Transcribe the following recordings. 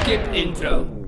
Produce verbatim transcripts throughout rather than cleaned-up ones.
Skip Intro.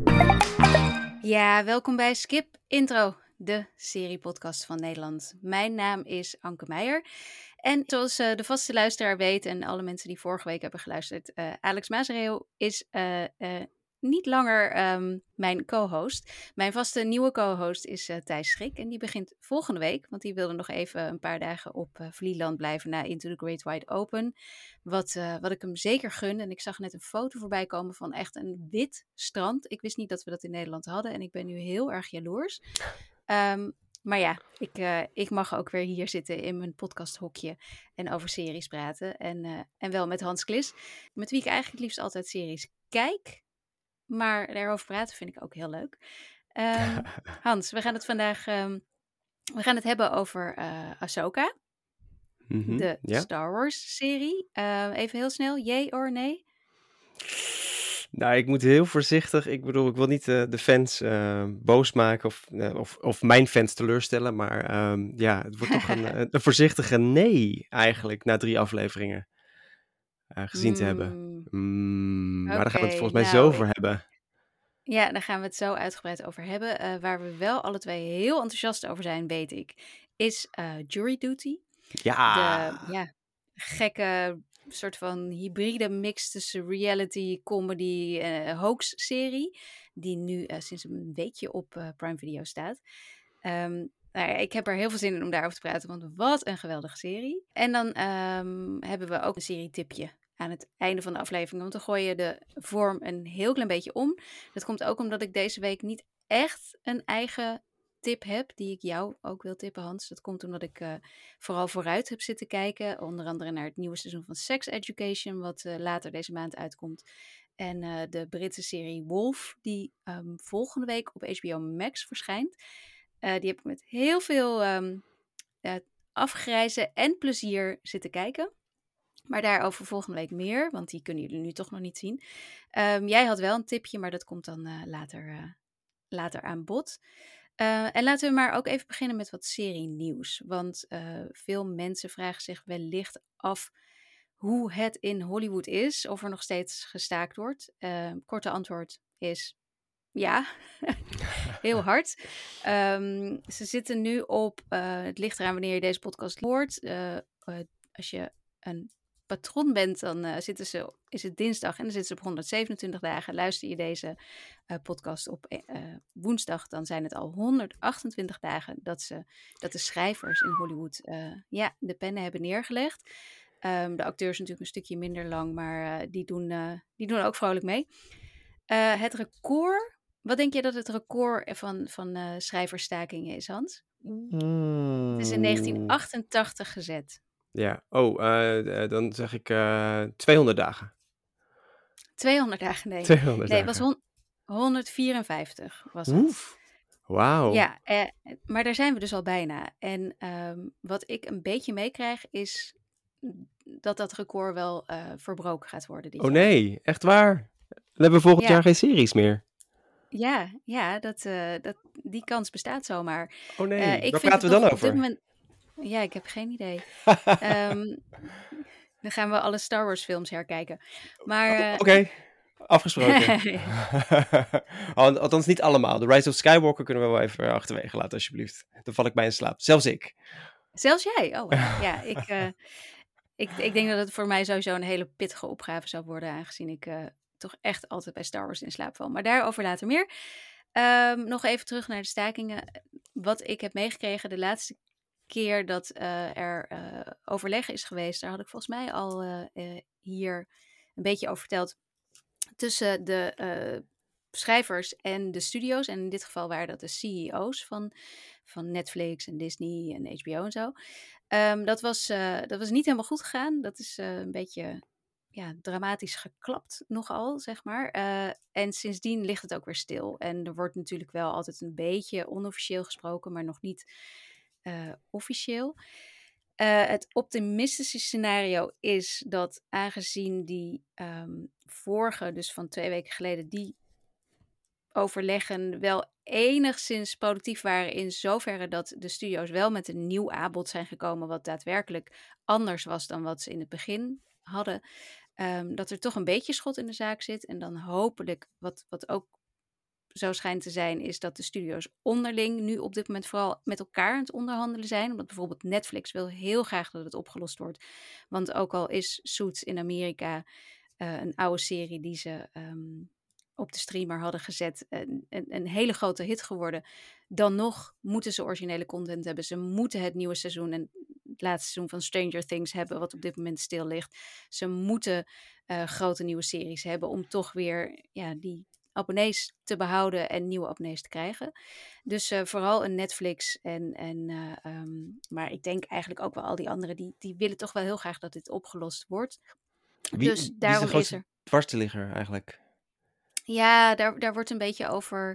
Ja, welkom bij Skip Intro, de seriepodcast van Nederland. Mijn naam is Anke Meijer. En zoals uh, de vaste luisteraar weet en alle mensen die vorige week hebben geluisterd, uh, Alex Mazereel is uh, uh, niet langer um, mijn co-host. Mijn vaste nieuwe co-host is uh, Thijs Schrik en die begint volgende week, want die wilde nog even een paar dagen op uh, Vlieland blijven na Into the Great Wide Open. Wat, uh, wat ik hem zeker gun. En ik zag net een foto voorbij komen van echt een wit strand. Ik wist niet dat we dat in Nederland hadden en ik ben nu heel erg jaloers. Um, maar ja, ik, uh, ik mag ook weer hier zitten in mijn podcasthokje en over series praten. En, uh, en wel met Hans Klis, met wie ik eigenlijk liefst altijd series kijk. Maar daarover praten vind ik ook heel leuk. Um, Hans, we gaan het vandaag um, we gaan het hebben over uh, Ahsoka. Mm-hmm, de ja. Star Wars serie. Uh, even heel snel, yay or nee? Nou, ik moet heel voorzichtig. Ik bedoel, ik wil niet uh, de fans uh, boos maken of, uh, of, of mijn fans teleurstellen. Maar um, ja, het wordt toch een, een voorzichtige nee eigenlijk na drie afleveringen uh, gezien mm. te hebben. Mm, maar okay, daar gaan we het volgens mij nou, zo over hebben. Ja, daar gaan we het zo uitgebreid over hebben. Uh, waar we wel alle twee heel enthousiast over zijn, weet ik, is uh, Jury Duty. Ja. De ja, gekke soort van hybride mix tussen reality, comedy en uh, hoax-serie. Die nu uh, sinds een weekje op uh, Prime Video staat. Um, nou ja, ik heb er heel veel zin in om daarover te praten, want wat een geweldige serie. En dan um, hebben we ook een serietipje aan het einde van de aflevering. Want dan gooi je de vorm een heel klein beetje om. Dat komt ook omdat ik deze week niet echt een eigen tip heb, die ik jou ook wil tippen, Hans. Dat komt omdat ik uh, vooral vooruit heb zitten kijken. Onder andere naar het nieuwe seizoen van Sex Education, wat uh, later deze maand uitkomt. En uh, de Britse serie Wolf, die um, volgende week op H B O Max verschijnt. Uh, die heb ik met heel veel um, uh, afgrijzen en plezier zitten kijken. Maar daarover volgende week meer, want die kunnen jullie nu toch nog niet zien. Um, jij had wel een tipje, maar dat komt dan uh, later, uh, later aan bod. Uh, en laten we maar ook even beginnen met wat serie-nieuws. Want uh, veel mensen vragen zich wellicht af hoe het in Hollywood is. Of er nog steeds gestaakt wordt. Uh, korte antwoord is ja, heel hard. Um, ze zitten nu op, uh, het ligt eraan wanneer je deze podcast hoort. Uh, uh, als je een patron bent, dan uh, zitten ze, is het dinsdag en dan zitten ze op honderdzevenentwintig dagen. Luister je deze uh, podcast op uh, woensdag, dan zijn het al honderdachtentwintig dagen dat, ze, dat de schrijvers in Hollywood uh, ja, de pennen hebben neergelegd. Um, de acteurs natuurlijk een stukje minder lang, maar uh, die, doen, uh, die doen ook vrolijk mee. Uh, het record, wat denk je dat het record van, van uh, schrijversstakingen is, Hans? Mm. Het is in negentien achtentachtig gezet. Ja, oh, uh, dan zeg ik uh, tweehonderd dagen. tweehonderd dagen, nee. tweehonderd nee, dagen. het was honderdvierenvijftig was het. Oef, wauw. Ja, eh, maar daar zijn we dus al bijna. En um, wat ik een beetje meekrijg is dat dat record wel uh, verbroken gaat worden dit oh jaar. nee, echt waar? Dan hebben we volgend ja. jaar geen series meer. Ja, ja dat, uh, dat, die kans bestaat zomaar. Oh nee, uh, ik waar vind praten we dan nog, over? Op dit moment... Ja, ik heb geen idee. um, dan gaan we alle Star Wars films herkijken. Maar, uh... Oké, okay. Afgesproken. Althans niet allemaal. The Rise of Skywalker kunnen we wel even achterwege laten, alsjeblieft. Dan val ik bij in slaap. Zelfs ik. Zelfs jij? Oh, wow. Ja, ik, uh, ik, ik denk dat het voor mij sowieso een hele pittige opgave zou worden, aangezien ik uh, toch echt altijd bij Star Wars in slaap val. Maar daarover later meer. Um, nog even terug naar de stakingen. Wat ik heb meegekregen de laatste keer dat uh, er uh, overleg is geweest, daar had ik volgens mij al uh, uh, hier een beetje over verteld, tussen de uh, schrijvers en de studio's. En in dit geval waren dat de C E O's van, van Netflix en Disney en H B O en zo. Um, dat, was, uh, dat was niet helemaal goed gegaan. Dat is uh, een beetje ja, dramatisch geklapt nogal, zeg maar. Uh, en sindsdien ligt het ook weer stil. En er wordt natuurlijk wel altijd een beetje onofficieel gesproken, maar nog niet uh, officieel. Uh, het optimistische scenario is dat aangezien die um, vorige, dus van twee weken geleden, die overleggen wel enigszins productief waren in zoverre dat de studio's wel met een nieuw aanbod zijn gekomen wat daadwerkelijk anders was dan wat ze in het begin hadden. Um, dat er toch een beetje schot in de zaak zit. En dan hopelijk, wat, wat ook zo schijnt te zijn, is dat de studio's onderling nu op dit moment vooral met elkaar aan het onderhandelen zijn. Omdat bijvoorbeeld Netflix wil heel graag dat het opgelost wordt. Want ook al is Suits in Amerika uh, een oude serie die ze um, op de streamer hadden gezet, een, een, een hele grote hit geworden, dan nog moeten ze originele content hebben. Ze moeten het nieuwe seizoen en het laatste seizoen van Stranger Things hebben, wat op dit moment stil ligt. Ze moeten uh, grote nieuwe series hebben om toch weer ja, die abonnees te behouden en nieuwe abonnees te krijgen. Dus uh, vooral een Netflix en, en uh, um, maar ik denk eigenlijk ook wel al die anderen, die, die willen toch wel heel graag dat dit opgelost wordt. Wie, dus wie daarom is de is er dwarsligger eigenlijk? Ja, daar, daar wordt een beetje over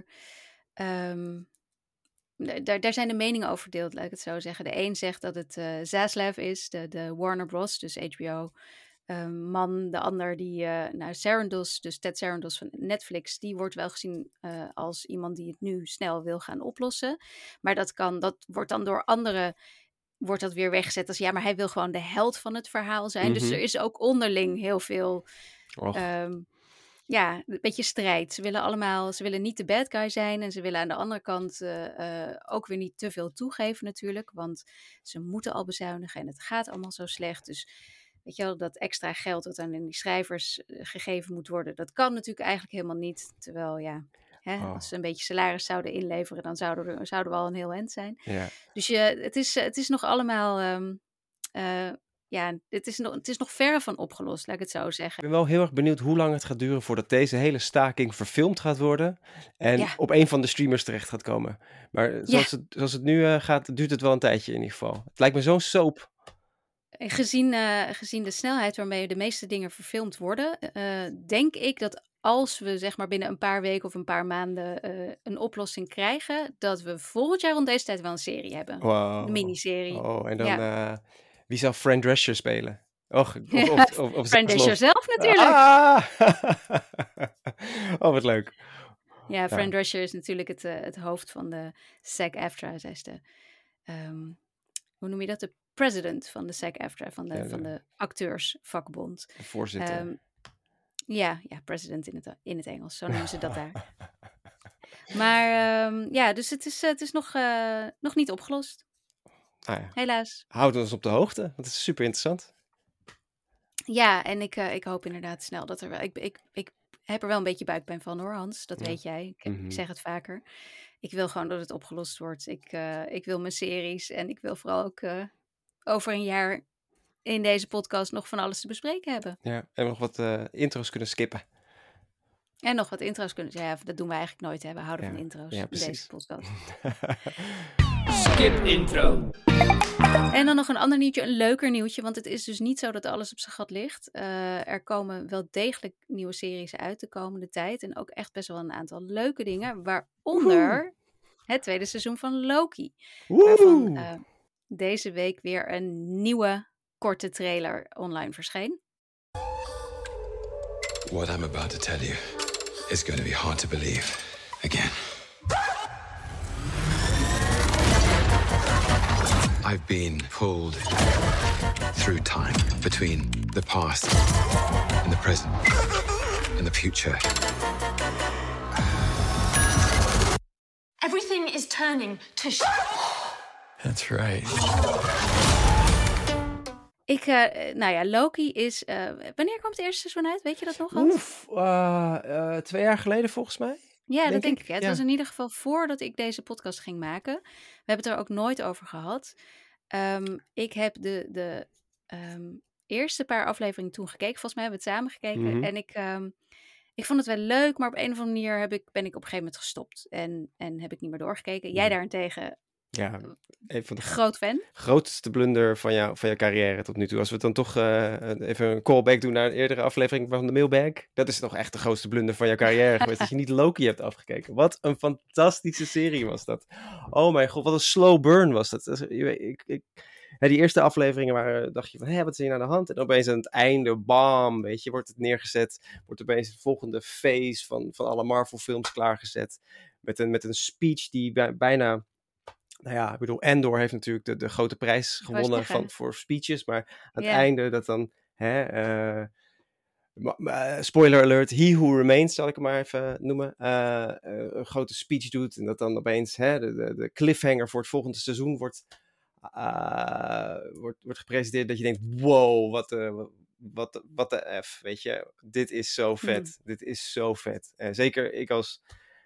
um, Daar, daar zijn de meningen over verdeeld, laat ik het zo zeggen. De een zegt dat het uh, Zaslav is, de, de Warner Bros, dus H B O um, man. De ander, die, uh, nou, Sarandos, dus Ted Sarandos van Netflix, die wordt wel gezien uh, als iemand die het nu snel wil gaan oplossen. Maar dat kan, dat wordt dan door anderen, wordt dat weer weggezet als ja, maar hij wil gewoon de held van het verhaal zijn. Mm-hmm. Dus er is ook onderling heel veel Um, ja, een beetje strijd. Ze willen allemaal, ze willen niet de bad guy zijn en ze willen aan de andere kant uh, uh, ook weer niet te veel toegeven natuurlijk, want ze moeten al bezuinigen en het gaat allemaal zo slecht. Dus weet je wel, dat extra geld dat aan die schrijvers uh, gegeven moet worden, dat kan natuurlijk eigenlijk helemaal niet. Terwijl ja, hè, oh. als ze een beetje salaris zouden inleveren, dan zouden we, zouden we al een heel eind zijn. Ja. Dus je, het, is, het is nog allemaal Um, uh, Ja, het is, nog, het is nog ver van opgelost, laat ik het zo zeggen. Ik ben wel heel erg benieuwd hoe lang het gaat duren voordat deze hele staking verfilmd gaat worden en ja. op een van de streamers terecht gaat komen. Maar zoals, ja. het, zoals het nu uh, gaat, duurt het wel een tijdje in ieder geval. Het lijkt me zo'n soap. Gezien, uh, gezien de snelheid waarmee de meeste dingen verfilmd worden, uh, denk ik dat als we zeg maar binnen een paar weken of een paar maanden uh, een oplossing krijgen, dat we volgend jaar rond deze tijd wel een serie hebben. Wow. Een miniserie. Oh, en dan... Ja. Uh, wie zal Fran Drescher spelen? Och, of, of, of, of Fran Drescher zelf natuurlijk. Ah! Oh, wat leuk. Ja, Fran ja. Drescher is natuurlijk het, uh, het hoofd van de SAG-AFTRA. Zij is de, um, hoe noem je dat? De president van de SAG-AFTRA, van de, ja, de, van de acteursvakbond. De voorzitter. Um, ja, ja, president in het, in het Engels, zo noemen ze dat daar. Maar um, ja, dus het is, het is nog, uh, nog niet opgelost. Ah, ja. Helaas. Houd ons op de hoogte, want het is super interessant. Ja, en ik, uh, ik hoop inderdaad snel dat er wel... Ik, ik, ik heb er wel een beetje buikpijn van hoor, Hans. Dat ja. weet jij. Ik, mm-hmm. ik zeg het vaker. Ik wil gewoon dat het opgelost wordt. Ik, uh, ik wil mijn series en ik wil vooral ook uh, over een jaar in deze podcast nog van alles te bespreken hebben. Ja, en nog wat uh, intro's kunnen skippen. En nog wat intro's kunnen... Ja, dat doen we eigenlijk nooit. Hè. We houden ja. van intro's ja, in deze podcast. Skip intro. En dan nog een ander nieuwtje, een leuker nieuwtje, want het is dus niet zo dat alles op zijn gat ligt. Uh, er komen wel degelijk nieuwe series uit de komende tijd en ook echt best wel een aantal leuke dingen, waaronder Woehoe. het tweede seizoen van Loki. Woehoe. Waarvan uh, deze week weer een nieuwe korte trailer online verscheen. What I'm about to tell you is going to be hard to believe again. I've been pulled through time between the past and the present and the future. Everything is turning to sh- That's right. Ik, uh, nou ja, Loki is... Uh, wanneer kwam het eerste seizoen uit? Weet je dat nog, Hans? Oef, uh, uh, twee jaar geleden volgens mij. Ja, denk dat denk ik. ik. Ja, het ja. was in ieder geval voordat ik deze podcast ging maken. We hebben het er ook nooit over gehad. Um, ik heb de, de um, eerste paar afleveringen toen gekeken. Volgens mij hebben we het samen gekeken. Mm-hmm. En ik, um, ik vond het wel leuk, maar op een of andere manier heb ik, ben ik op een gegeven moment gestopt. En, en heb ik niet meer doorgekeken. Jij daarentegen... Ja, een van de groot fan. Grootste blunder van, jou, van jouw carrière tot nu toe. Als we dan toch uh, even een callback doen naar een eerdere aflevering van de Mailbag. Dat is toch echt de grootste blunder van jouw carrière geweest. Dat je niet Loki hebt afgekeken. Wat een fantastische serie was dat. Oh mijn god, wat een slow burn was dat. Ik, ik, ja, die eerste afleveringen waren, dacht je van, hé, wat is hier aan de hand? En opeens aan het einde, bam, weet je, wordt het neergezet. Wordt opeens het volgende phase van, van alle Marvel films klaargezet. Met een, met een speech die bij, bijna... Nou ja, ik bedoel, Andor heeft natuurlijk de, de grote prijs gewonnen van, voor speeches. Maar aan het yeah. einde dat dan... Hè, uh, Ma- ma- spoiler alert, He Who Remains, zal ik hem maar even noemen. Uh, uh, een grote speech doet en dat dan opeens hè, de, de, de cliffhanger voor het volgende seizoen wordt, uh, wordt, wordt gepresenteerd. Dat je denkt, wow, wat de, wat, wat de F, weet je. Dit is zo vet. Mm. Dit is zo vet. Uh, zeker ik als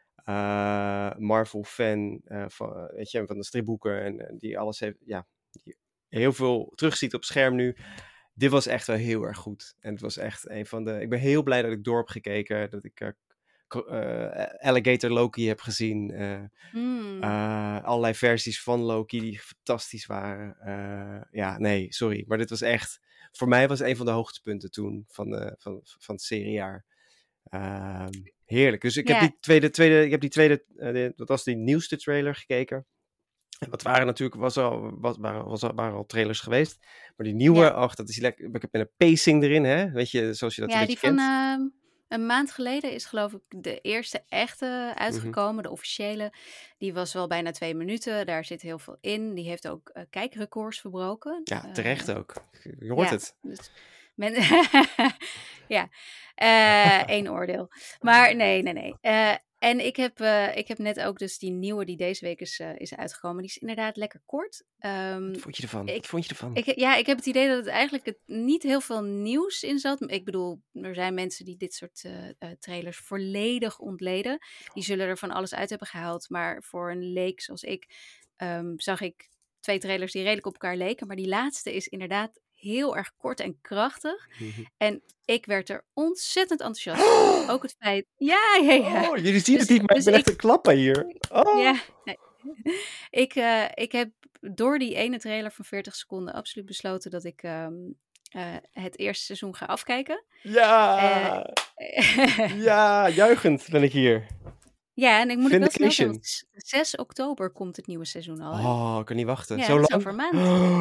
uh, Marvel-fan uh, van, weet je, van de stripboeken en uh, die alles heeft, ja, die heel veel terugziet op scherm nu. Dit was echt wel heel erg goed. En het was echt een van de... Ik ben heel blij dat ik door heb gekeken. Dat ik uh, uh, Alligator Loki heb gezien. Uh, mm. uh, allerlei versies van Loki die fantastisch waren. Uh, ja, nee, sorry. Maar dit was echt... Voor mij was het een van de hoogtepunten toen van, uh, van, van het seriejaar. Uh, heerlijk. Dus ik yeah. heb die tweede... tweede ik heb die tweede... Uh, de, dat was die nieuwste trailer gekeken. En wat waren natuurlijk, was al, was, waren, was al, waren al trailers geweest. Maar die nieuwe, ja. ach, dat is lekker. Ik heb een pacing erin, hè? Weet je, zoals je dat ja, een beetje kent. Ja, die van uh, een maand geleden is geloof ik de eerste echte uitgekomen, mm-hmm. de officiële. Die was wel bijna twee minuten. Daar zit heel veel in. Die heeft ook uh, kijkrecords verbroken. Ja, terecht uh, ook. Je hoort ja, het. Dus men ja, uh, één oordeel. Maar nee, nee, nee. Uh, En ik heb, uh, ik heb net ook dus die nieuwe die deze week is, uh, is uitgekomen. Die is inderdaad lekker kort. Um, Wat vond je ervan? Ik, Wat vond je ervan? Ik, ja, ik heb het idee dat het eigenlijk het, niet heel veel nieuws in zat. Ik bedoel, er zijn mensen die dit soort uh, uh, trailers volledig ontleden. Die zullen er van alles uit hebben gehaald. Maar voor een leek zoals ik um, zag ik twee trailers die redelijk op elkaar leken. Maar die laatste is inderdaad heel erg kort en krachtig. Mm-hmm. En ik werd er ontzettend enthousiast van. Oh! Ook het feit... Ja, ja, ja. Oh, jullie zien dus, het niet, maar dus ik ben echt te klappen hier. Oh. Ja, nee. ik, uh, ik heb door die ene trailer van veertig seconden absoluut besloten dat ik um, uh, het eerste seizoen ga afkijken. Ja! Uh, ja, juichend ben ik hier. Ja, en ik moet het wel snel zeggen, zes oktober komt het nieuwe seizoen al. Hè? Oh, ik kan niet wachten. Ja, Zo lang? over een maand.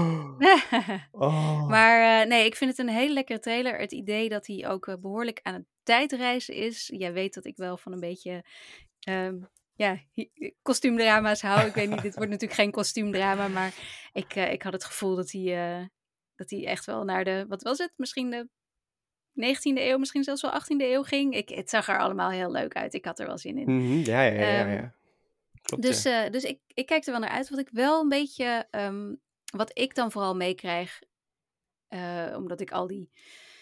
Oh. Maar uh, nee, ik vind het een hele lekkere trailer. Het idee dat hij ook uh, behoorlijk aan het tijdreizen is. Jij weet dat ik wel van een beetje um, ja, kostuumdrama's hou. Ik weet niet, dit wordt natuurlijk geen kostuumdrama, maar ik, uh, ik had het gevoel dat hij, uh, dat hij echt wel naar de, wat was het? Misschien de negentiende eeuw, misschien zelfs wel achttiende eeuw ging. Ik, het zag er allemaal heel leuk uit. Ik had er wel zin in. Mm-hmm. Ja, ja, ja. ja, ja. Um, Klopt, dus ja. uh, dus ik, ik kijk er wel naar uit. Wat ik wel een beetje, um, wat ik dan vooral meekrijg, uh, omdat ik al die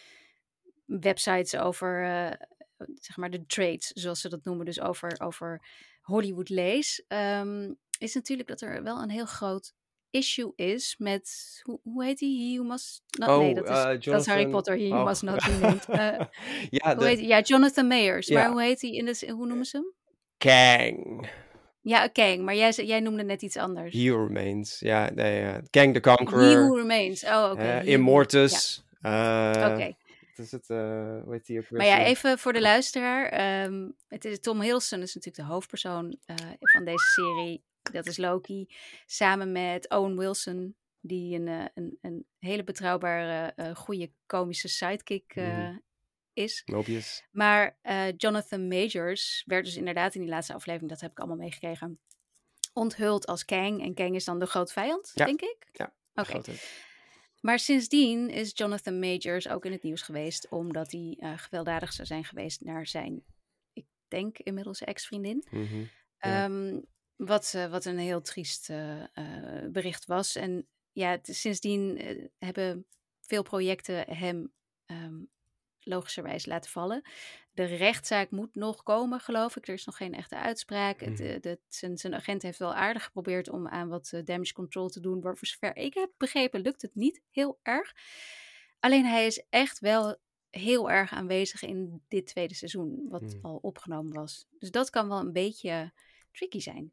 websites over, uh, zeg maar de trades, zoals ze dat noemen, dus over, over Hollywood lees, um, is natuurlijk dat er wel een heel groot issue is met, hoe, hoe heet die? He Who Must Not... Oh, nee, dat is, uh, Jonathan... dat is Harry Potter, He Who oh. Must Not Be Named. Uh, ja, hoe de... heet, ja, Jonathan Mayers. Ja. Maar hoe heet hij in de, hoe noemen ze hem? Kang. Ja, Kang, maar jij, jij noemde net iets anders. He Who Remains. Ja, nee, uh, Kang the Conqueror. He Who Remains, oh oké. Okay. Uh, Immortus. Ja. Uh, oké. Okay. Wat is het, uh, hoe heet die ook weer? Maar ja, even voor de luisteraar. Um, het is, Tom Hiddleston is natuurlijk de hoofdpersoon uh, van deze serie. Dat is Loki. Samen met Owen Wilson, die een, uh, een, een hele betrouwbare, uh, goede komische sidekick uh, mm-hmm. is. Mobius. Maar uh, Jonathan Majors werd dus inderdaad in die laatste aflevering, dat heb ik allemaal meegekregen, onthuld als Kang. En Kang is dan de grote vijand, ja. denk ik? Ja, oké. Okay. Maar sindsdien is Jonathan Majors ook in het nieuws geweest, omdat hij uh, gewelddadig zou zijn geweest naar zijn, ik denk inmiddels ex-vriendin. Mm-hmm. Ja. Um, wat, uh, wat een heel triest uh, uh, bericht was. En ja, het, sindsdien uh, hebben veel projecten hem um, logischerwijs laten vallen. De rechtszaak moet nog komen, geloof ik. Er is nog geen echte uitspraak. Mm. Het, uh, de, zijn, zijn agent heeft wel aardig geprobeerd om aan wat uh, damage control te doen. Maar voor zover ik heb begrepen, lukt het niet heel erg. Alleen hij is echt wel heel erg aanwezig in dit tweede seizoen, wat mm. al opgenomen was. Dus dat kan wel een beetje tricky zijn.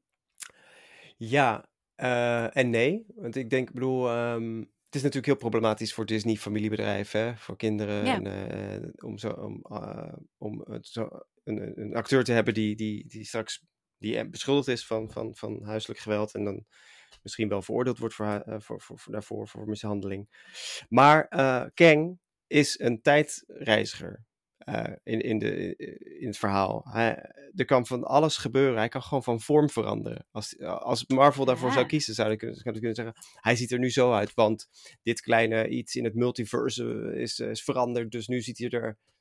Ja, uh, en nee. Want ik denk, ik bedoel, um, het is natuurlijk heel problematisch voor Disney familiebedrijf, hè, voor kinderen. Ja. En, uh, om zo, om, uh, om uh, zo een, een acteur te hebben die, die, die straks die beschuldigd is van, van, van huiselijk geweld en dan misschien wel veroordeeld wordt voor, uh, voor, voor, voor, daarvoor, voor mishandeling. Maar uh, Kang is een tijdreiziger. Uh, in, in, de, in het verhaal. Hij, er kan van alles gebeuren. Hij kan gewoon van vorm veranderen. Als, als Marvel daarvoor ja. zou kiezen, zou ik kunnen, zou ik kunnen zeggen, hij ziet er nu zo uit, want dit kleine iets in het multiverse is, is veranderd, dus nu ziet hij er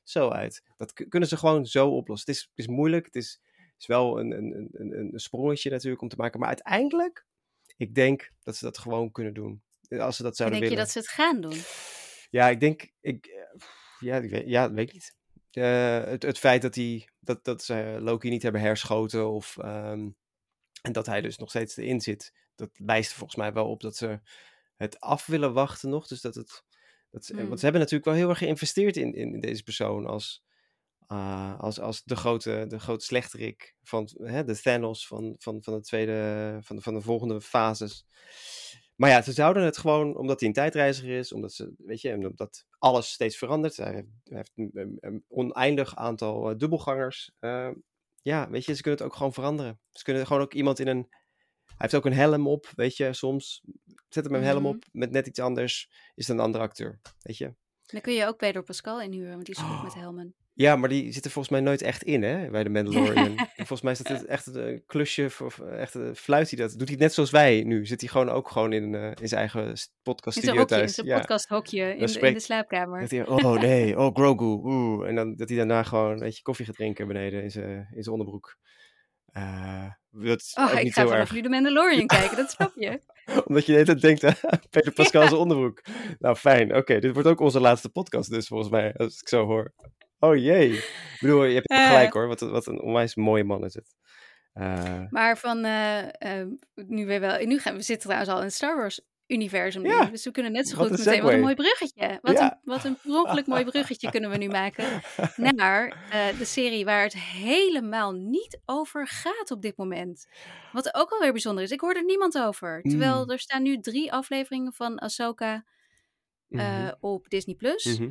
zo uit. Dat k- kunnen ze gewoon zo oplossen. Het is, het is moeilijk, het is, het is wel een, een, een, een sprongetje natuurlijk om te maken. Maar uiteindelijk, ik denk dat ze dat gewoon kunnen doen. Als ze dat En zouden denk je willen. dat ze het gaan doen? Ja, ik denk, ik, eh, ja, ik weet, ja, dat weet ik niet. Eh, het, het feit dat, hij, dat, dat ze Loki niet hebben herschoten of, ehm, en dat hij dus nog steeds erin zit, dat wijst er volgens mij wel op dat ze het af willen wachten nog. Dus dat het, dat ze, want Hmm. ze hebben natuurlijk wel heel erg geïnvesteerd in, in deze persoon als, uh, als, als de, grote, de grote slechterik van hè, de Thanos van, van, van, de tweede, van, de, van de volgende fases. Maar ja, ze zouden het gewoon, omdat hij een tijdreiziger is, omdat ze, weet je, omdat alles steeds verandert. Hij heeft, hij heeft een, een, een oneindig aantal uh, dubbelgangers. Uh, ja, weet je, ze kunnen het ook gewoon veranderen. Ze kunnen gewoon ook iemand in een... Hij heeft ook een helm op, weet je, soms. Zet hem een helm Mhm. op met net iets anders, is het een andere acteur, weet je. Dan kun je ook Pedro Pascal inhuren, want die is goed met helmen. Ja, maar die zit er volgens mij nooit echt in, hè, bij de Mandalorian. Volgens mij is dat het echt een klusje, of echt een fluit hij dat. Doet hij net zoals wij nu. Zit hij gewoon ook gewoon in, uh, in zijn eigen In podcaststudio zijn hokje, in thuis. zijn Ja. podcasthokje in, Dan de- in spreekt- de slaapkamer. Dat hij, oh nee, oh Grogu, oeh. En dan dat hij daarna gewoon een beetje koffie gaat drinken beneden in zijn, in zijn onderbroek. Uh, dat is Oh, ook ik niet ga heel vanaf erg. nu de Mandalorian kijken, dat snap je. Omdat je de hele tijd denkt aan Peter Pascal Ja. zijn onderbroek. Nou, fijn. Oké, okay, dit wordt ook onze laatste podcast dus, volgens mij, als ik zo hoor. Oh jee. Ik bedoel, je hebt Uh. gelijk hoor. Wat, wat een onwijs mooie man is het. Uh, Maar van, uh, uh, nu weer wel, nu gaan we zitten trouwens al in het Star Wars universum Ja. nu, dus we kunnen net zo Wat goed een meteen, wat een segue. mooi bruggetje. Wat, Ja. een, wat een per ongeluk mooi bruggetje kunnen we nu maken naar uh, de serie waar het helemaal niet over gaat op dit moment. Wat ook alweer bijzonder is, ik hoor er niemand over. Terwijl Mm. er staan nu drie afleveringen van Ahsoka uh, Mhm. op Disney Plus. Mhm.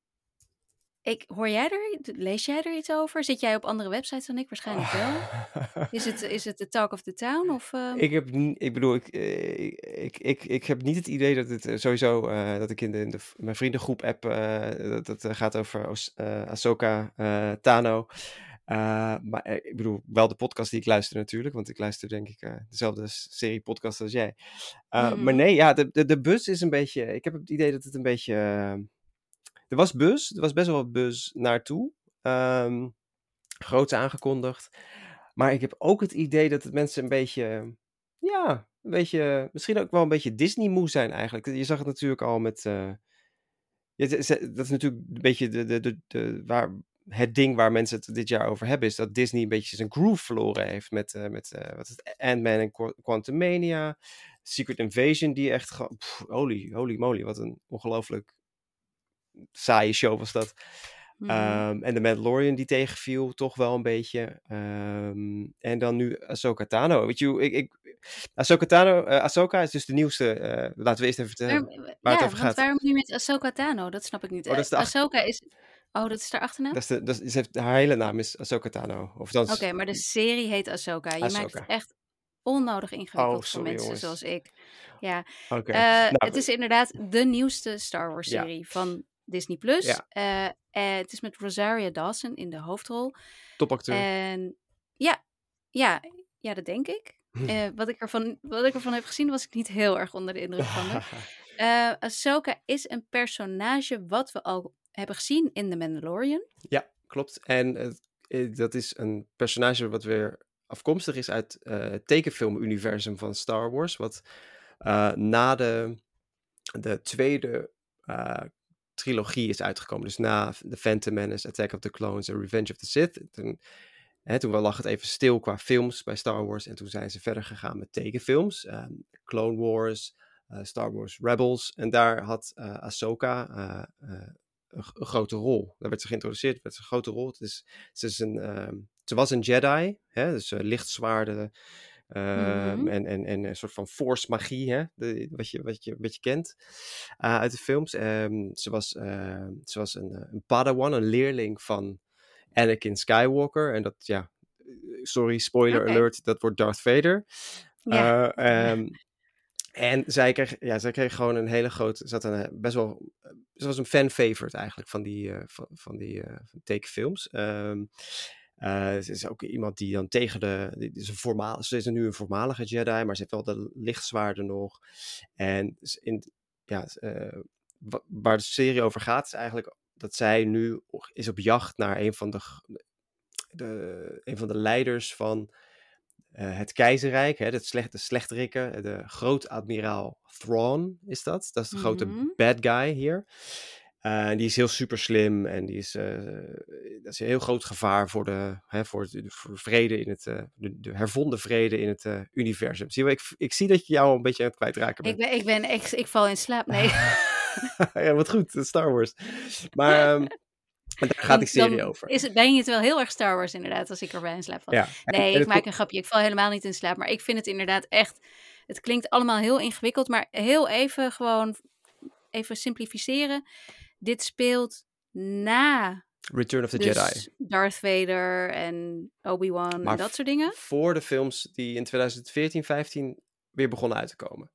Ik, hoor jij er, lees jij er iets over? Zit jij op andere websites dan ik? Waarschijnlijk wel. Is het, is het de talk of the town? Of, uh... Ik heb, n- ik bedoel, ik, eh, ik, ik, ik heb niet het idee dat het eh, sowieso, uh, dat ik in de, in de mijn vriendengroep app, uh, dat het uh, gaat over Os, uh, Ahsoka uh, Tano. Uh, maar uh, ik bedoel, wel de podcast die ik luister natuurlijk, want ik luister denk ik uh, dezelfde serie podcast als jij. Uh, Mhm. Maar nee, ja, de, de, de buzz is een beetje, ik heb het idee dat het een beetje, uh, er was buzz, er was best wel wat buzz naartoe. Um, groots aangekondigd. Maar ik heb ook het idee dat het mensen een beetje, ja, een beetje, misschien ook wel een beetje Disney-moe zijn eigenlijk. Je zag het natuurlijk al met, uh, ja, dat is natuurlijk een beetje de, de, de, de, waar, het ding waar mensen het dit jaar over hebben, is dat Disney een beetje zijn groove verloren heeft met, uh, met uh, wat is het, Ant-Man en Qu- Quantumania, Secret Invasion, die echt, gewoon, pff, holy, holy moly, wat een ongelooflijk saaie show was dat. Mhm. Um, en de Mandalorian die tegenviel, toch wel een beetje. Um, en dan nu Ahsoka Tano. Weet je, ik, ik, Ahsoka Tano, uh, Ahsoka is dus de nieuwste. Uh, laten we eerst even vertellen Waarom, waar ja, het over want gaat. waarom nu met Ahsoka Tano? Dat snap ik niet. Oh, dat is de ach- Ahsoka is... Oh, dat is haar achternaam? Dat is de, dat is, ze heeft, haar hele naam is Ahsoka Tano. Of Oké, okay, maar de serie heet Ahsoka. Je Ahsoka. maakt het echt onnodig ingewikkeld oh, sorry, voor mensen jongens. zoals ik. Ja, okay. uh, nou, het is inderdaad de nieuwste Star Wars serie ja. van Disney Plus. Ja. Uh, uh, het is met Rosario Dawson in de hoofdrol. Topacteur. En ja, ja, ja, dat denk ik. Uh, wat, ik ervan, wat ik ervan heb gezien, was ik niet heel erg onder de indruk van haar. Uh, Ahsoka is een personage wat we al hebben gezien in The Mandalorian. Ja, klopt. En uh, dat is een personage wat weer afkomstig is uit uh, het tekenfilmuniversum van Star Wars. Wat uh, na de, de tweede uh, trilogie is uitgekomen. Dus na The Phantom Menace, Attack of the Clones en Revenge of the Sith. Toen, hè, toen lag het even stil qua films bij Star Wars. En toen zijn ze verder gegaan met tekenfilms. Um, Clone Wars, uh, Star Wars Rebels. En daar had uh, Ahsoka uh, uh, een, een grote rol. Daar werd ze geïntroduceerd, werd ze een grote rol. Het is, ze, is een, um, ze was een Jedi, hè, dus uh, lichtzwaarden. Um, mm-hmm. en, en, en een soort van force magie, hè? De, wat, je, wat, je, wat je kent uh, uit de films. Um, ze was, uh, ze was een, een padawan, een leerling van Anakin Skywalker. En dat, ja, sorry, spoiler okay. alert, dat wordt Darth Vader. Ja. Uh, um, en zij kreeg, ja, zij kreeg gewoon een hele grote, ze had een best wel, ze was een fan favorite eigenlijk van die, uh, van, van die uh, van tekenfilms. Um, Uh, ze is ook iemand die dan tegen de... Die is een voormalig, ze is nu een voormalige Jedi, maar ze heeft wel de lichtzwaarden nog. En in, ja, uh, waar de serie over gaat, is eigenlijk dat zij nu is op jacht naar een van de, de, een van de leiders van uh, het keizerrijk, hè, het slecht, de slechterikken, de groot-admiraal Thrawn is dat. Dat is de grote Mhm. bad guy hier. Uh, die is heel super slim en die is, uh, dat is een heel groot gevaar voor de, hè, voor de, voor vrede in het, uh, de, de hervonden vrede in het uh, universum. Zie je, ik, ik zie dat je jou een beetje aan het kwijtraken bent. Ik ben, ik ben, ik, ik val in slaap, nee. Ja, wat goed, Star Wars. Maar um, daar gaat dan, die serie dan over. Is het, ben je het wel heel erg Star Wars inderdaad, als ik erbij in slaap val. Ja. Nee, en ik maak ko- een grapje. Ik val helemaal niet in slaap. Maar ik vind het inderdaad echt... Het klinkt allemaal heel ingewikkeld, maar heel even gewoon... Even simplificeren. Dit speelt na... Return of the dus Jedi. Darth Vader en Obi-Wan Maar en dat soort dingen. voor de films die in twintig veertien, vijftien weer begonnen uit te komen.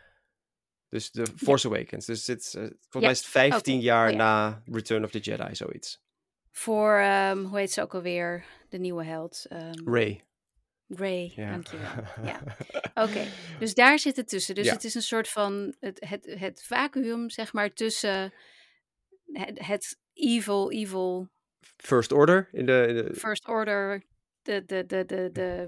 Dus de Force ja. Awakens. Dus het, uh, volgens ja. mij is het vijftien okay. jaar oh, ja. na Return of the Jedi, zoiets. Voor, um, hoe heet ze ook alweer, de nieuwe held? Um, Rey. Rey, ja. dankjewel. Ja. Oké, okay. Dus daar zit het tussen. Dus ja. het is een soort van het, het, het vacuüm, zeg maar, tussen het, het evil, evil... First Order? In de, in de... First Order, de, de, de, de, de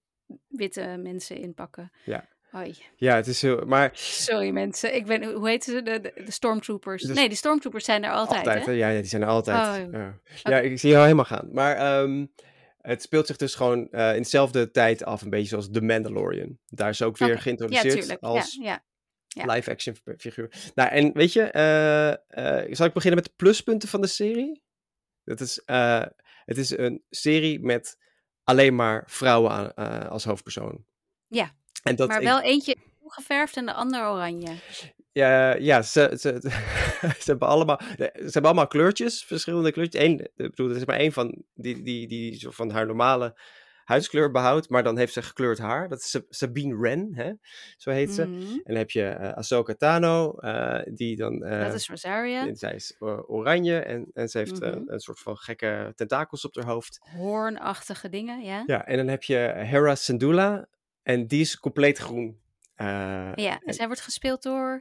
witte mensen inpakken. Ja. Oei. Ja, het is zo, maar... Sorry mensen, ik ben, hoe heet ze? De, de, de Stormtroopers. De... Nee, de Stormtroopers zijn er altijd, Altijd, hè? Ja, ja, die zijn er altijd. Oh. Ja. Okay. ja, ik zie jou helemaal gaan. Maar um, het speelt zich dus gewoon uh, in dezelfde tijd af, een beetje zoals The Mandalorian. Daar is ook weer okay. geïntroduceerd ja, als ja, ja. Ja. live-action figuur. Nou, en weet je, uh, uh, zal ik beginnen met de pluspunten van de serie? Het is, uh, het is een serie met alleen maar vrouwen aan, uh, als hoofdpersoon. Ja, en dat maar ik... wel eentje geverfd en de ander oranje. Ja, ja ze, ze, ze, hebben allemaal, ze hebben allemaal kleurtjes, verschillende kleurtjes. Eén, ik bedoel, er is maar één van die, die, die zo van haar normale huidskleur behoudt, maar dan heeft ze gekleurd haar. Dat is Sabine Wren, hè? Zo heet ze. Mm-hmm. En dan heb je uh, Ahsoka Tano, uh, die dan... Uh, dat is Rosaria. Zij is uh, oranje en, en ze heeft mm-hmm. uh, een soort van gekke tentakels op haar hoofd. Hoornachtige dingen, ja. Ja, en dan heb je Hera Syndulla en die is compleet groen. Uh, ja, en, en zij wordt gespeeld door...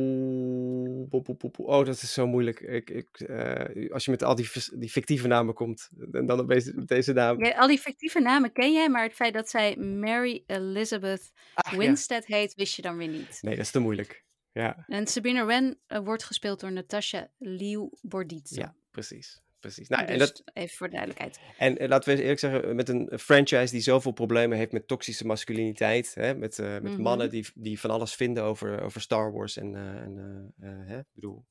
Oh, bo, bo, bo, bo. oh dat is zo moeilijk. Ik, ik, uh, als je met al die, die fictieve namen komt, en dan opeens deze naam. Ja, al die fictieve namen ken jij, maar het feit dat zij Mary Elizabeth Ach, Winstead ja. heet, wist je dan weer niet. Nee, dat is te moeilijk. Ja. En Sabine Wren uh, wordt gespeeld door Natasha Liu Bordizzo. Ja, precies. Precies. Nou, dus en dat, even voor de duidelijkheid. En, en laten we eerlijk zeggen, met een franchise die zoveel problemen heeft met toxische masculiniteit, hè, met, uh, met mm-hmm. mannen die, die van alles vinden over, over Star Wars en, uh, en uh, uh, hè, ik bedoel,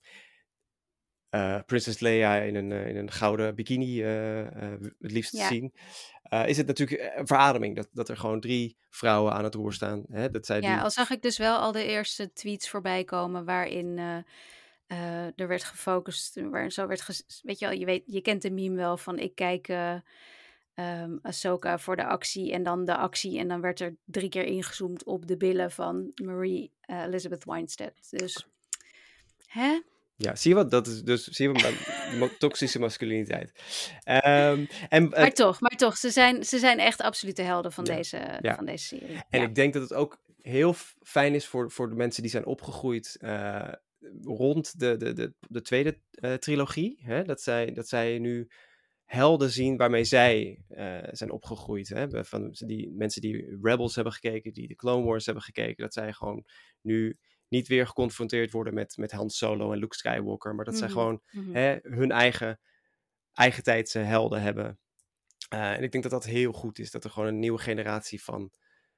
uh, Princess Leia in een, uh, in een gouden bikini uh, uh, het liefst ja. te zien, uh, is het natuurlijk een verademing dat, dat er gewoon drie vrouwen aan het roer staan. Hè, dat zij ja, die... al zag ik dus wel al de eerste tweets voorbij komen waarin... Uh, Uh, er werd gefocust, waar zo werd ges- weet je wel, je weet, je kent de meme wel van ik kijk uh, um, Ahsoka voor de actie en dan de actie en dan werd er drie keer ingezoomd op de billen van Marie uh, Elizabeth Winstead. Dus, hè? Ja, zie je wat? Dat is dus zie je wat, toxische masculiniteit. Um, en, uh, maar toch, maar toch, ze zijn, ze zijn echt absolute helden van, ja, deze, ja. van deze serie. En ja. ik denk dat het ook heel fijn is voor, voor de mensen die zijn opgegroeid uh, rond de, de, de, de tweede uh, trilogie. Hè? Dat, zij, dat zij nu helden zien waarmee zij uh, zijn opgegroeid. Hè? Van die mensen die Rebels hebben gekeken, die de Clone Wars hebben gekeken. Dat zij gewoon nu niet weer geconfronteerd worden met, met Han Solo en Luke Skywalker. Maar dat mm-hmm. zij gewoon mm-hmm. hè, hun eigen, eigen tijdse helden hebben. Uh, en ik denk dat dat heel goed is. Dat er gewoon een nieuwe generatie van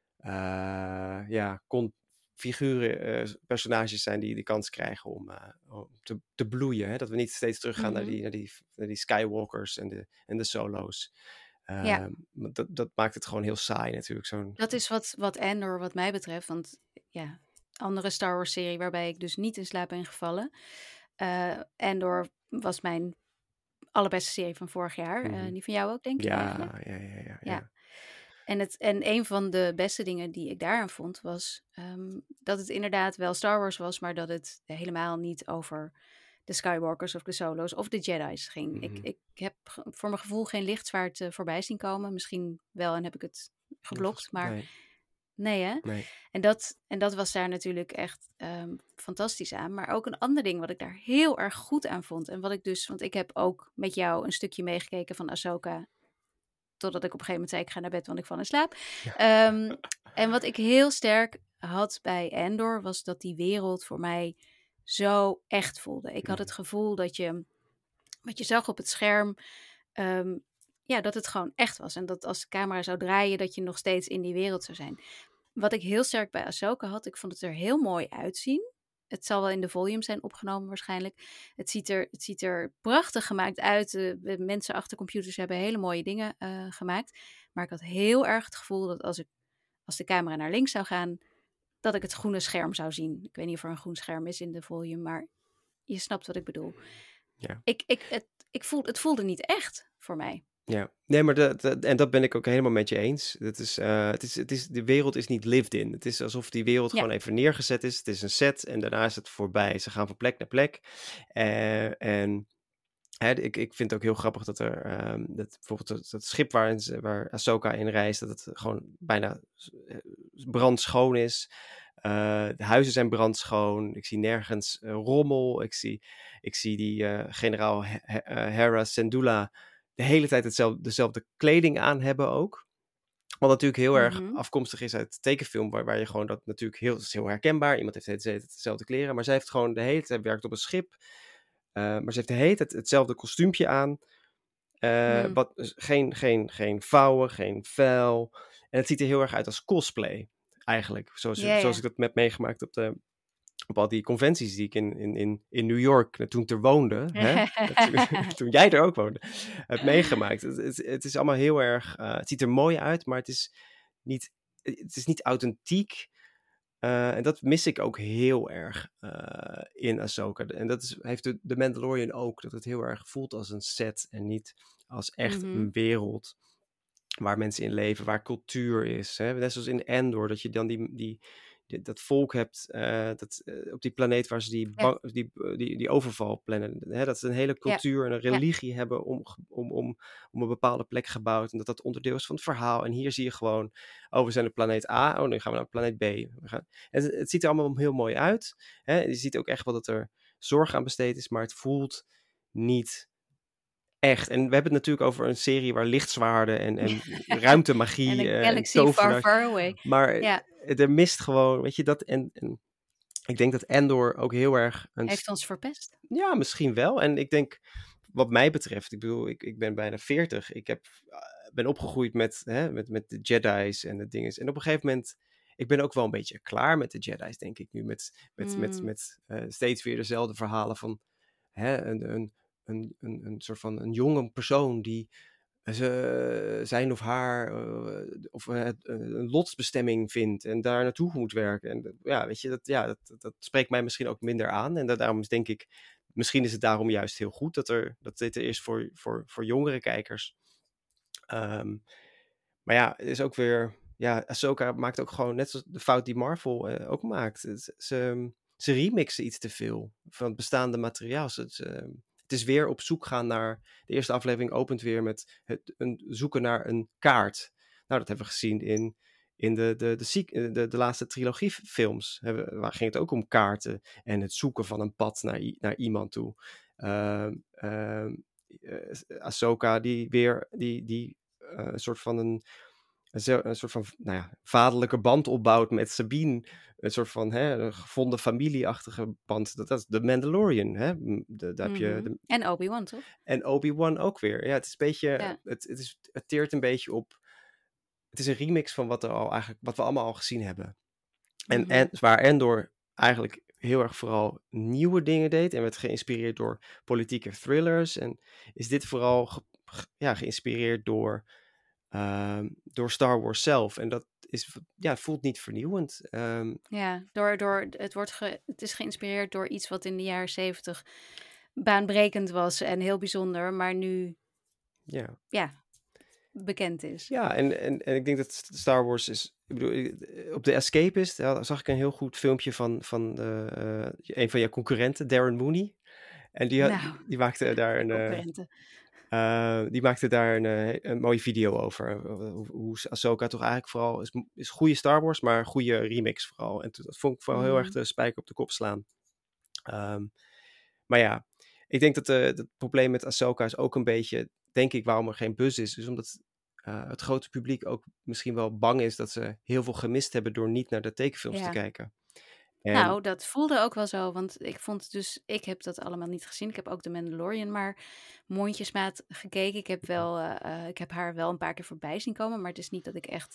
uh, ja, kon, figuren, uh, personages zijn die de kans krijgen om, uh, om te, te bloeien. Hè? Dat we niet steeds teruggaan mm-hmm. naar, die, naar, die, naar die Skywalkers en de, en de Solo's. Uh, ja. dat, dat maakt het gewoon heel saai natuurlijk. Zo'n... Dat is wat, wat Andor wat mij betreft. Want ja, andere Star Wars serie waarbij ik dus niet in slaap ben gevallen. Uh, Andor was mijn allerbeste serie van vorig jaar. Mm-hmm. Uh, die van jou ook, denk ik. Ja, ja, ja, ja, ja. ja. En, het, en een van de beste dingen die ik daaraan vond was um, dat het inderdaad wel Star Wars was, maar dat het helemaal niet over de Skywalkers of de Solo's of de Jedi's ging. Mm-hmm. Ik, ik heb voor mijn gevoel geen lichtzwaard uh, voorbij zien komen. Misschien wel en heb ik het geblokt, maar nee. Nee, hè? Nee. En dat, en dat was daar natuurlijk echt um, fantastisch aan. Maar ook een ander ding wat ik daar heel erg goed aan vond. En wat ik dus, want ik heb ook met jou een stukje meegekeken van Ahsoka. Totdat ik op een gegeven moment zei, ik ga naar bed, want ik val in slaap. Ja. Um, en wat ik heel sterk had bij Andor, was dat die wereld voor mij zo echt voelde. Ik had het gevoel dat je, wat je zag op het scherm, um, ja, dat het gewoon echt was. En dat als de camera zou draaien, dat je nog steeds in die wereld zou zijn. Wat ik heel sterk bij Ahsoka had, ik vond het er heel mooi uitzien. Het zal wel in de volume zijn opgenomen waarschijnlijk. Het ziet er, het ziet er prachtig gemaakt uit. De mensen achter computers hebben hele mooie dingen uh, gemaakt. Maar ik had heel erg het gevoel dat als, ik, als de camera naar links zou gaan, dat ik het groene scherm zou zien. Ik weet niet of er een groen scherm is in de volume, maar je snapt wat ik bedoel. Ja. Ik, ik, het, ik voel, het voelde niet echt voor mij. Ja, nee, maar de, de, en dat ben ik ook helemaal met je eens. Het is, uh, het is, het is, de wereld is niet lived in. Het is alsof die wereld ja. gewoon even neergezet is. Het is een set en daarna is het voorbij. Ze gaan van plek naar plek. Uh, en hè, ik, ik vind het ook heel grappig dat er um, dat bijvoorbeeld dat, dat schip waar, waar Ahsoka in reist, dat het gewoon bijna brandschoon is. Uh, de huizen zijn brandschoon. Ik zie nergens uh, rommel. Ik zie, ik zie die uh, generaal He- He- uh, Hera Syndulla de hele tijd hetzelfde, dezelfde kleding aan hebben ook. Wat natuurlijk heel erg Mm-hmm. afkomstig is uit tekenfilm, waar, waar je gewoon dat natuurlijk heel, dat is heel herkenbaar. Iemand heeft de hele tijd dezelfde kleren, maar zij heeft gewoon de hele tijd werkt op een schip. Uh, maar ze heeft de hele tijd hetzelfde kostuumpje aan. Uh, mm. wat, geen, geen, geen vouwen, geen vel. En het ziet er heel erg uit als cosplay, eigenlijk. Zoals, yeah, zoals yeah. ik dat heb meegemaakt op de... op al die conventies die ik in, in, in, in New York, toen ik er woonde, hè, toen, toen jij er ook woonde, heb meegemaakt. Het, het, het is allemaal heel erg, uh, het ziet er mooi uit, maar het is niet, het is niet authentiek. Uh, en dat mis ik ook heel erg uh, in Ahsoka. En dat is, heeft de, de Mandalorian ook, dat het heel erg voelt als een set en niet als echt mm-hmm. een wereld waar mensen in leven, waar cultuur is. Hè? Net zoals in Andor, dat je dan die... die dat volk hebt uh, dat, uh, op die planeet waar ze die, bang, ja. die, die, die overval plannen. Hè? Dat ze een hele cultuur ja. en een religie ja. hebben om, om, om, om een bepaalde plek gebouwd. En dat dat onderdeel is van het verhaal. En hier zie je gewoon, oh, we zijn op planeet A. Oh, nu gaan we naar planeet B. We gaan... En het, het ziet er allemaal heel mooi uit. Hè? Je ziet ook echt wel dat er zorg aan besteed is. Maar het voelt niet... echt. En we hebben het natuurlijk over een serie waar lichtzwaarden en, en ruimtemagie en een galaxy uh, far, far away. Maar ja. er mist gewoon, weet je, dat en, en ik denk dat Andor ook heel erg... Een... Heeft ons verpest? Ja, misschien wel. En ik denk, wat mij betreft, ik bedoel, ik, ik ben bijna veertig. Ik heb, uh, ben opgegroeid met, hè, met, met de Jedi's en de dingen. En op een gegeven moment, ik ben ook wel een beetje klaar met de Jedi's, denk ik nu. Met, met, mm. met, met uh, steeds weer dezelfde verhalen van hè, een... een Een, een, een soort van een jonge persoon die ze, zijn of haar uh, of uh, een lotsbestemming vindt en daar naartoe moet werken. En ja, weet je, dat, ja, dat, dat spreekt mij misschien ook minder aan. En dat, daarom denk ik, misschien is het daarom juist heel goed dat, er, dat dit er is voor, voor, voor jongere kijkers. Um, maar ja, het is ook weer... Ja, Ahsoka maakt ook gewoon net zoals de fout die Marvel uh, ook maakt. Ze, ze, ze remixen iets te veel van het bestaande materiaal. Ze... ze Het is weer op zoek gaan naar... De eerste aflevering opent weer met het een, zoeken naar een kaart. Nou, dat hebben we gezien in, in de, de, de, de, de laatste trilogiefilms. Hebben, waar ging het ook om kaarten en het zoeken van een pad naar, naar iemand toe. Uh, uh, uh, Ahsoka die weer die, die uh, een soort van een... Een, een soort van nou ja, vaderlijke band opbouwt met Sabine. Een soort van hè, een gevonden familieachtige band. Dat, dat is de Mandalorian. Hè? De, daar mm-hmm. heb je de... En Obi-Wan, toch? En Obi-Wan ook weer. Ja, het is een beetje... Ja. Het, het, is, het teert een beetje op... Het is een remix van wat, er al eigenlijk, wat we allemaal al gezien hebben. En, mm-hmm. en waar Andor eigenlijk heel erg vooral nieuwe dingen deed. En werd geïnspireerd door politieke thrillers. En is dit vooral ge, ja, geïnspireerd door... Uh, door Star Wars zelf. En dat is, ja, het voelt niet vernieuwend. Um, ja, door, door, het, wordt ge, het is geïnspireerd door iets wat in de jaren zeventig baanbrekend was en heel bijzonder, maar nu ja, ja bekend is. Ja, en, en, en ik denk dat Star Wars is... Ik bedoel, op de Escapist zag ik een heel goed filmpje van, van uh, een van jouw concurrenten, Darren Mooney. En die, had, nou, die maakte daar een... Uh, Uh, die maakte daar een, uh, een mooie video over. Hoe, hoe Ahsoka toch eigenlijk vooral is, is goede Star Wars, maar goede remix vooral. En dat vond ik vooral heel erg de spijker op de kop slaan. Um, maar ja, ik denk dat uh, het probleem met Ahsoka is ook een beetje, denk ik, waarom er geen buzz is. Dus omdat uh, het grote publiek ook misschien wel bang is dat ze heel veel gemist hebben door niet naar de tekenfilms Ja. te kijken. En... Nou, dat voelde ook wel zo, want ik vond dus, ik heb dat allemaal niet gezien. Ik heb ook The Mandalorian maar mondjesmaat gekeken. Ik heb wel, uh, uh, ik heb haar wel een paar keer voorbij zien komen, maar het is niet dat ik echt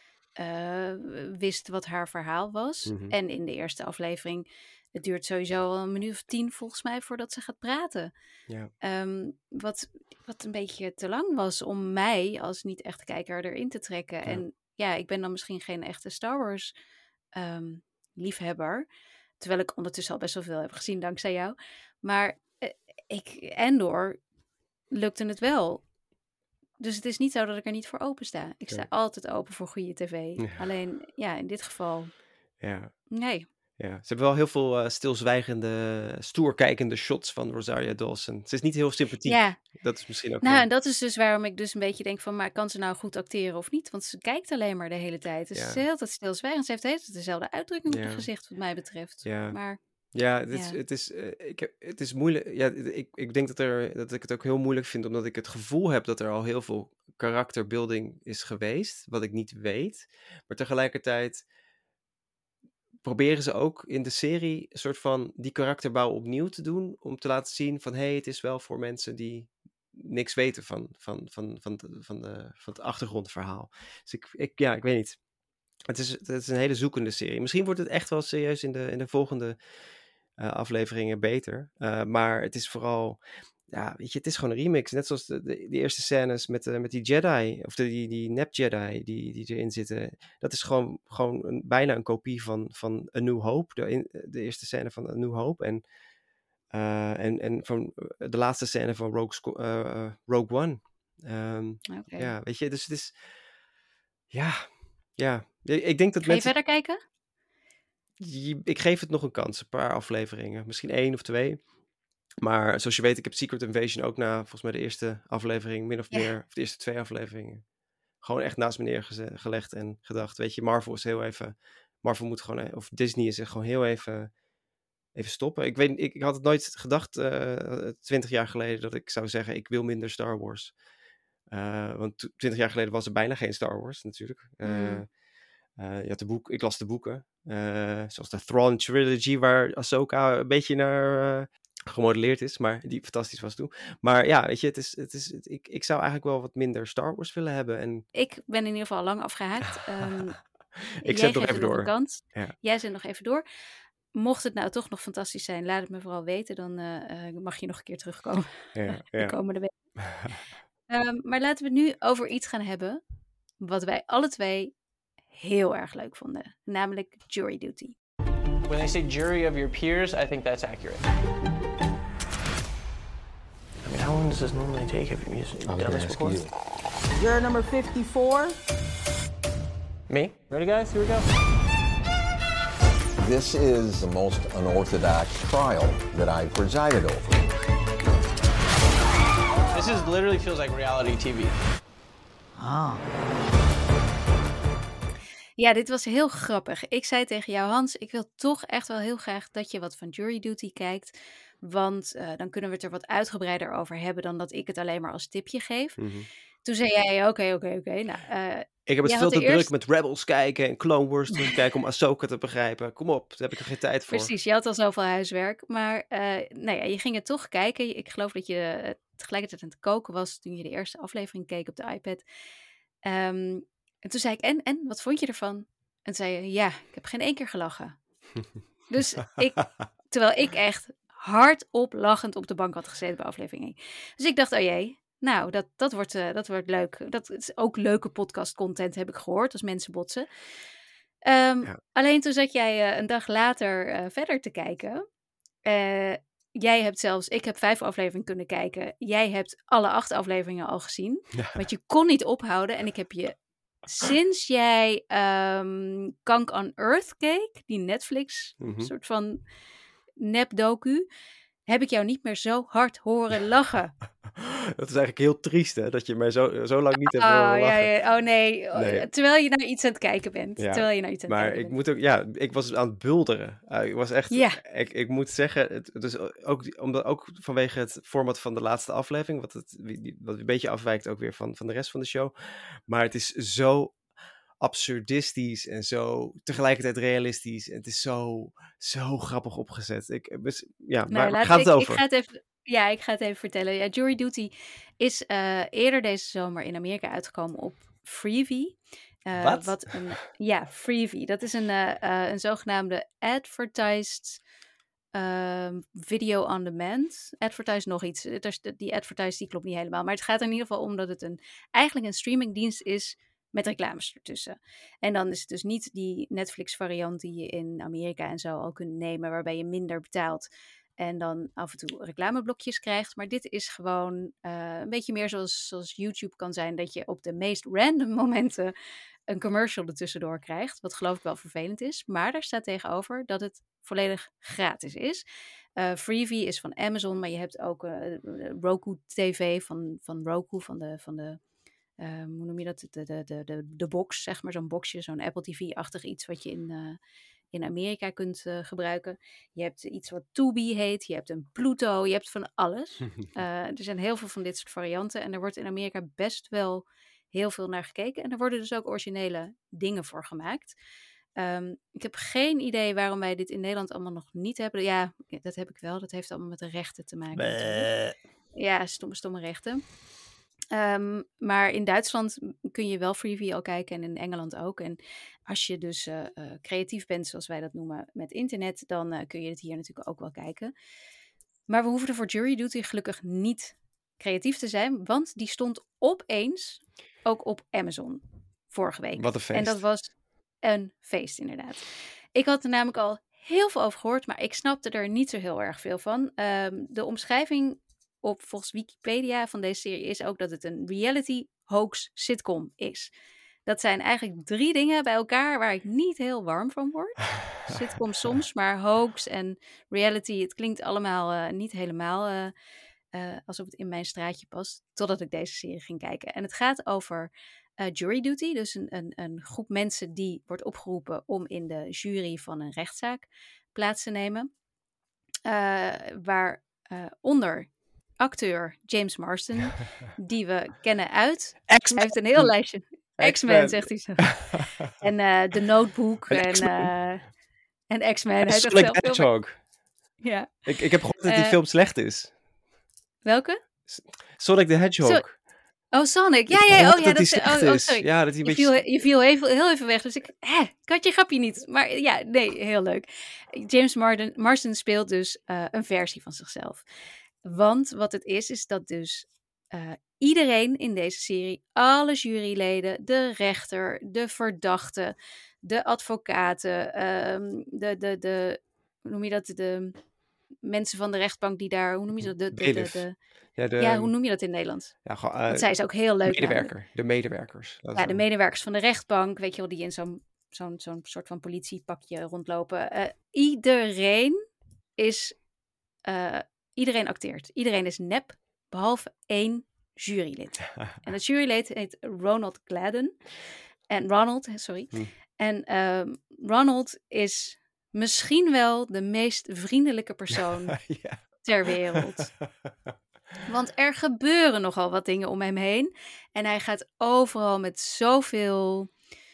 uh, wist wat haar verhaal was. Mm-hmm. En in de eerste aflevering, het duurt sowieso al een minuut of tien volgens mij voordat ze gaat praten. Ja. Um, wat, wat een beetje te lang was om mij als niet echte kijker erin te trekken. Ja. En ja, ik ben dan misschien geen echte Star Wars um, liefhebber. Terwijl ik ondertussen al best wel veel heb gezien dankzij jou. Maar uh, ik, Andor lukte het wel. Dus het is niet zo dat ik er niet voor open sta. Ik sta ja. altijd open voor goede tv. Ja. Alleen, ja, in dit geval... Ja. Nee. Ja, ze hebben wel heel veel uh, stilzwijgende, stoerkijkende shots van Rosario Dawson. Ze is niet heel sympathiek. Ja. Dat is misschien ook Nou, wel... en dat is dus waarom ik dus een beetje denk van... maar kan ze nou goed acteren of niet? Want ze kijkt alleen maar de hele tijd. Dus ja. ze is heel tijd stilzwijgend. Ze heeft de hele tijd dezelfde uitdrukking ja. op haar gezicht, wat mij betreft. Ja. Maar... Ja, het ja. is, het is, uh, ik heb, het is moeilijk. Ja, ik, ik denk dat, er, dat ik het ook heel moeilijk vind, omdat ik het gevoel heb dat er al heel veel karakterbuilding is geweest, wat ik niet weet. Maar tegelijkertijd proberen ze ook in de serie een soort van die karakterbouw opnieuw te doen, om te laten zien van, hé, hey, het is wel voor mensen die niks weten van, van, van, van, de, van, de, van het achtergrondverhaal. Dus ik, ik, ja, ik weet niet. Het is, het is een hele zoekende serie. Misschien wordt het echt wel serieus in de, in de volgende uh, afleveringen beter. Uh, maar het is vooral... Ja, weet je, het is gewoon een remix. Net zoals de, de, de eerste scènes met, uh, met die Jedi. Of de, die, die nep-Jedi die, die erin zitten. Dat is gewoon, gewoon een, bijna een kopie van, van A New Hope. De, in, de eerste scène van A New Hope. En, uh, en, en van de laatste scène van Rogue, uh, Rogue One. Um, okay. Ja, weet je, dus het is... Ja... Ja, ik denk dat Ga je mensen... verder kijken? Ik geef het nog een kans, een paar afleveringen. Misschien één of twee. Maar zoals je weet, ik heb Secret Invasion ook na, volgens mij de eerste aflevering, min of Ja. meer, of de eerste twee afleveringen, gewoon echt naast me neergelegd en gedacht, weet je, Marvel is heel even, Marvel moet gewoon, of Disney is er gewoon heel even, even stoppen. Ik weet, ik, ik had het nooit gedacht, twintig uh, jaar geleden, dat ik zou zeggen, ik wil minder Star Wars. Uh, want twintig jaar geleden was er bijna geen Star Wars, natuurlijk. Uh, mm. uh, je had de boek, ik las de boeken. Uh, zoals de Thrawn Trilogy, waar Ahsoka een beetje naar uh, gemodelleerd is. Maar die fantastisch was toen. Maar ja, weet je, het is, het is, het, ik, ik zou eigenlijk wel wat minder Star Wars willen hebben. En... Ik ben in ieder geval lang afgehaakt. Um, ik zet nog even door. Nog een kans. Ja. Jij zet nog even door. Mocht het nou toch nog fantastisch zijn, laat het me vooral weten. Dan uh, uh, mag je nog een keer terugkomen. Ja, ja. De komende week. Um, maar laten we nu over iets gaan hebben wat wij alle twee heel erg leuk vonden. Namelijk jury duty. When they say jury of your peers, I think that's accurate. I mean, how long does this normally take? Have you done this before? You. Juror number fifty-four. Me? Ready, guys? Here we go. This is the most unorthodox trial that I've presided over. This is literally feels like reality T V. Ah. Ja, dit was heel grappig. Ik zei tegen jou, Hans, ik wil toch echt wel heel graag dat je wat van Jury Duty kijkt. Want uh, dan kunnen we het er wat uitgebreider over hebben dan dat ik het alleen maar als tipje geef. Mm-hmm. Toen zei jij, oké, oké, oké. Nou, uh, ik heb het veel te druk eerst... met Rebels kijken en Clone Wars terugkijken om Ahsoka te begrijpen. Kom op, daar heb ik er geen tijd voor. Precies, je had al zoveel huiswerk. Maar uh, nou ja, je ging het toch kijken. Ik geloof dat je uh, tegelijkertijd aan het koken was toen je de eerste aflevering keek op de iPad. Um, en toen zei ik, en, en, wat vond je ervan? En toen zei je, ja, ik heb geen één keer gelachen. Dus ik, terwijl ik echt hardop lachend op de bank had gezeten bij aflevering één. Dus ik dacht, oh jee, nou, dat, dat, wordt, uh, dat wordt leuk. Dat is ook leuke podcast content, heb ik gehoord, als mensen botsen. Um, ja. Alleen toen zat jij uh, een dag later uh, verder te kijken. Uh, jij hebt zelfs, ik heb vijf afleveringen kunnen kijken. Jij hebt alle acht afleveringen al gezien. Ja. Want je kon niet ophouden. En ik heb je, sinds jij um, Kang on Earth keek, die Netflix mm-hmm. soort van nep-docu, heb ik jou niet meer zo hard horen lachen. Dat is eigenlijk heel triest, hè? Dat je mij zo, zo lang niet hebt Oh, horen ja, lachen. ja. Oh nee. Oh, Nee. Terwijl je naar iets aan het kijken bent. Ja, Terwijl je naar iets aan het maar kijken ik bent. moet ook, ja, ik was aan het bulderen. Uh, ik was echt, Ja. ik, ik moet zeggen, het, het is ook, die- omdat, ook vanwege het format van de laatste aflevering, wat, het, die- die- wat een beetje afwijkt ook weer van, van de rest van de show. Maar het is zo absurdistisch en zo tegelijkertijd realistisch. En het is zo, zo grappig opgezet. Ik, dus, ja, Nou, waar, waar laat, gaat ik, het ik over? ga het even, ja, ik ga het even vertellen. Ja, Jury Duty is eh, eerder deze zomer in Amerika uitgekomen op Freevee. Uh, Wat? wat een, ja, Freevee. Dat is een, uh, uh, een zogenaamde advertised um, video on demand. Advertised nog iets. Die advertised die klopt niet helemaal. Maar het gaat er in ieder geval om dat het een, eigenlijk een streamingdienst is met reclames ertussen. En dan is het dus niet die Netflix variant die je in Amerika en zo al kunt nemen, waarbij je minder betaalt en dan af en toe reclameblokjes krijgt. Maar dit is gewoon uh, een beetje meer zoals, zoals YouTube kan zijn, dat je op de meest random momenten een commercial ertussendoor krijgt, wat geloof ik wel vervelend is. Maar daar staat tegenover dat het volledig gratis is. Uh, Freevee is van Amazon, maar je hebt ook uh, Roku T V van, van Roku, van de, van de uh, hoe noem je dat? De, de, de, de, de box, zeg maar, zo'n boxje, zo'n Apple T V-achtig iets wat je in, uh, in Amerika kunt uh, gebruiken. Je hebt iets wat Tubi heet, je hebt een Pluto, je hebt van alles. Uh, er zijn heel veel van dit soort varianten en er wordt in Amerika best wel heel veel naar gekeken. En er worden dus ook originele dingen voor gemaakt. Um, ik heb geen idee waarom wij dit in Nederland allemaal nog niet hebben. Ja, dat heb ik wel. Dat heeft allemaal met de rechten te maken. Natuurlijk. Ja, stomme, stomme rechten. Um, maar in Duitsland kun je wel Freevee al kijken en in Engeland ook. En als je dus uh, uh, creatief bent, zoals wij dat noemen, met internet, dan uh, kun je het hier natuurlijk ook wel kijken. Maar we hoeven er voor Jury Duty gelukkig niet creatief te zijn, want die stond opeens ook op Amazon vorige week. Wat een feest. En dat was een feest, inderdaad. Ik had er namelijk al heel veel over gehoord, maar ik snapte er niet zo heel erg veel van. Um, de omschrijving op volgens Wikipedia van deze serie is ook dat het een reality hoax sitcom is. Dat zijn eigenlijk drie dingen bij elkaar waar ik niet heel warm van word. Sitcom soms, maar hoax en reality, het klinkt allemaal uh, niet helemaal uh, uh, alsof het in mijn straatje past, totdat ik deze serie ging kijken. En het gaat over uh, jury duty, dus een, een, een groep mensen die wordt opgeroepen om in de jury van een rechtszaak plaats te nemen. Uh, waar uh, onder acteur James Marsden, die we kennen uit. X-Men. Hij heeft een heel lijstje. X-Men, X-Men zegt hij zo. En uh, The Notebook en, en, uh, en X-Men. Hij Sonic the Hedgehog. Ja. Ik, ik heb gehoord dat die uh, film slecht is. Welke? Sonic the Hedgehog. So- oh, Sonic. Ja, ja, oh, ja, dat dat is. oh, oh, sorry. Ja, dat die je, beetje... viel, je viel heel, heel even weg, dus ik, hè, ik had je grapje niet. Maar ja, nee, heel leuk. James Marsden, Marsden speelt dus uh, een versie van zichzelf. Want wat het is, is dat dus uh, iedereen in deze serie, alle juryleden, de rechter, de verdachte, de advocaten, um, de, de, de, hoe noem je dat, de mensen van de rechtbank die daar, hoe noem je dat? De, de, de, de, ja, de, ja, hoe noem je dat in Nederland? Ja, uh, Want zij is ook heel leuk. Medewerker, namelijk. de medewerkers. Ja, de een... medewerkers van de rechtbank, weet je wel, die in zo'n, zo'n, zo'n soort van politiepakje rondlopen. Uh, iedereen is... Uh, Iedereen acteert. Iedereen is nep, behalve één jurylid. En dat jurylid heet Ronald Gladden. En Ronald, sorry. Hm. En um, Ronald is misschien wel de meest vriendelijke persoon ja. ter wereld. Want er gebeuren nogal wat dingen om hem heen. En hij gaat overal met zoveel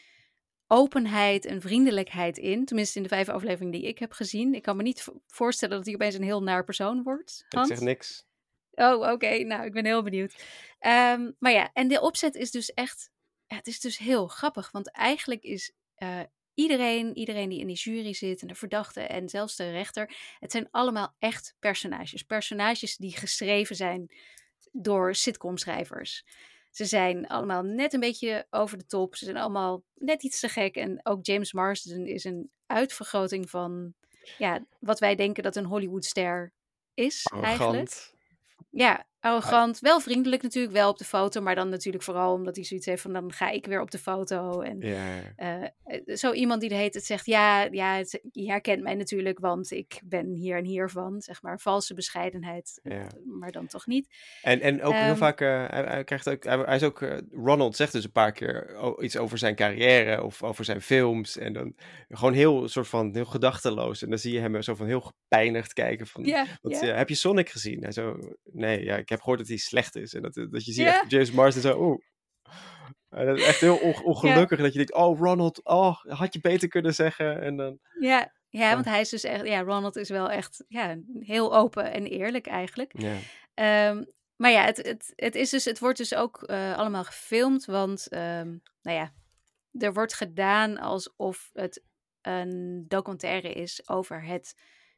openheid en vriendelijkheid in. Tenminste in de vijf afleveringen die ik heb gezien. Ik kan me niet voorstellen dat hij opeens een heel naar persoon wordt. Hans? Ik zeg niks. Oh, oké. Okay. Nou, ik ben heel benieuwd. Um, maar ja, en de opzet is dus echt... Ja, het is dus heel grappig. Want eigenlijk is uh, iedereen, iedereen die in die jury zit... en de verdachte en zelfs de rechter... het zijn allemaal echt personages. Personages die geschreven zijn door sitcomschrijvers. Ze zijn allemaal net een beetje over de top. Ze zijn allemaal net iets te gek. En ook James Marsden is een uitvergroting van ja, wat wij denken dat een Hollywoodster is. Arrogant. Eigenlijk. Ja, Arrogant, wel vriendelijk natuurlijk, wel op de foto, maar dan natuurlijk vooral omdat hij zoiets heeft van dan ga ik weer op de foto. En Ja, ja. uh, zo iemand die de heet het zegt, ja, ja het, je herkent mij natuurlijk, want ik ben hier en hier van, zeg maar, valse bescheidenheid, Ja. maar dan toch niet. En, en ook heel Ehm, vaak, uh, hij, hij krijgt ook, hij, hij is ook, uh, Ronald zegt dus een paar keer o- iets over zijn carrière of over zijn films en dan gewoon heel soort van heel gedachteloos en dan zie je hem zo van heel gepijnigd kijken van, Ja, want, ja. uh, heb je Sonic gezien? Hij zo, nee, ja, ik heb gehoord dat hij slecht is en dat, dat je ziet Ja. echt James Marsden zo, oeh. Uh, dat is echt heel on- ongelukkig ja. dat je denkt, oh Ronald, oh, had je beter kunnen zeggen en dan... Ja, ja, Oh. want hij is dus echt, ja, Ronald is wel echt, ja, heel open en eerlijk eigenlijk. Ja. Um, maar ja, het, het, het, is dus, het wordt dus ook uh, allemaal gefilmd, want, um, nou ja, er wordt gedaan alsof het een documentaire is over het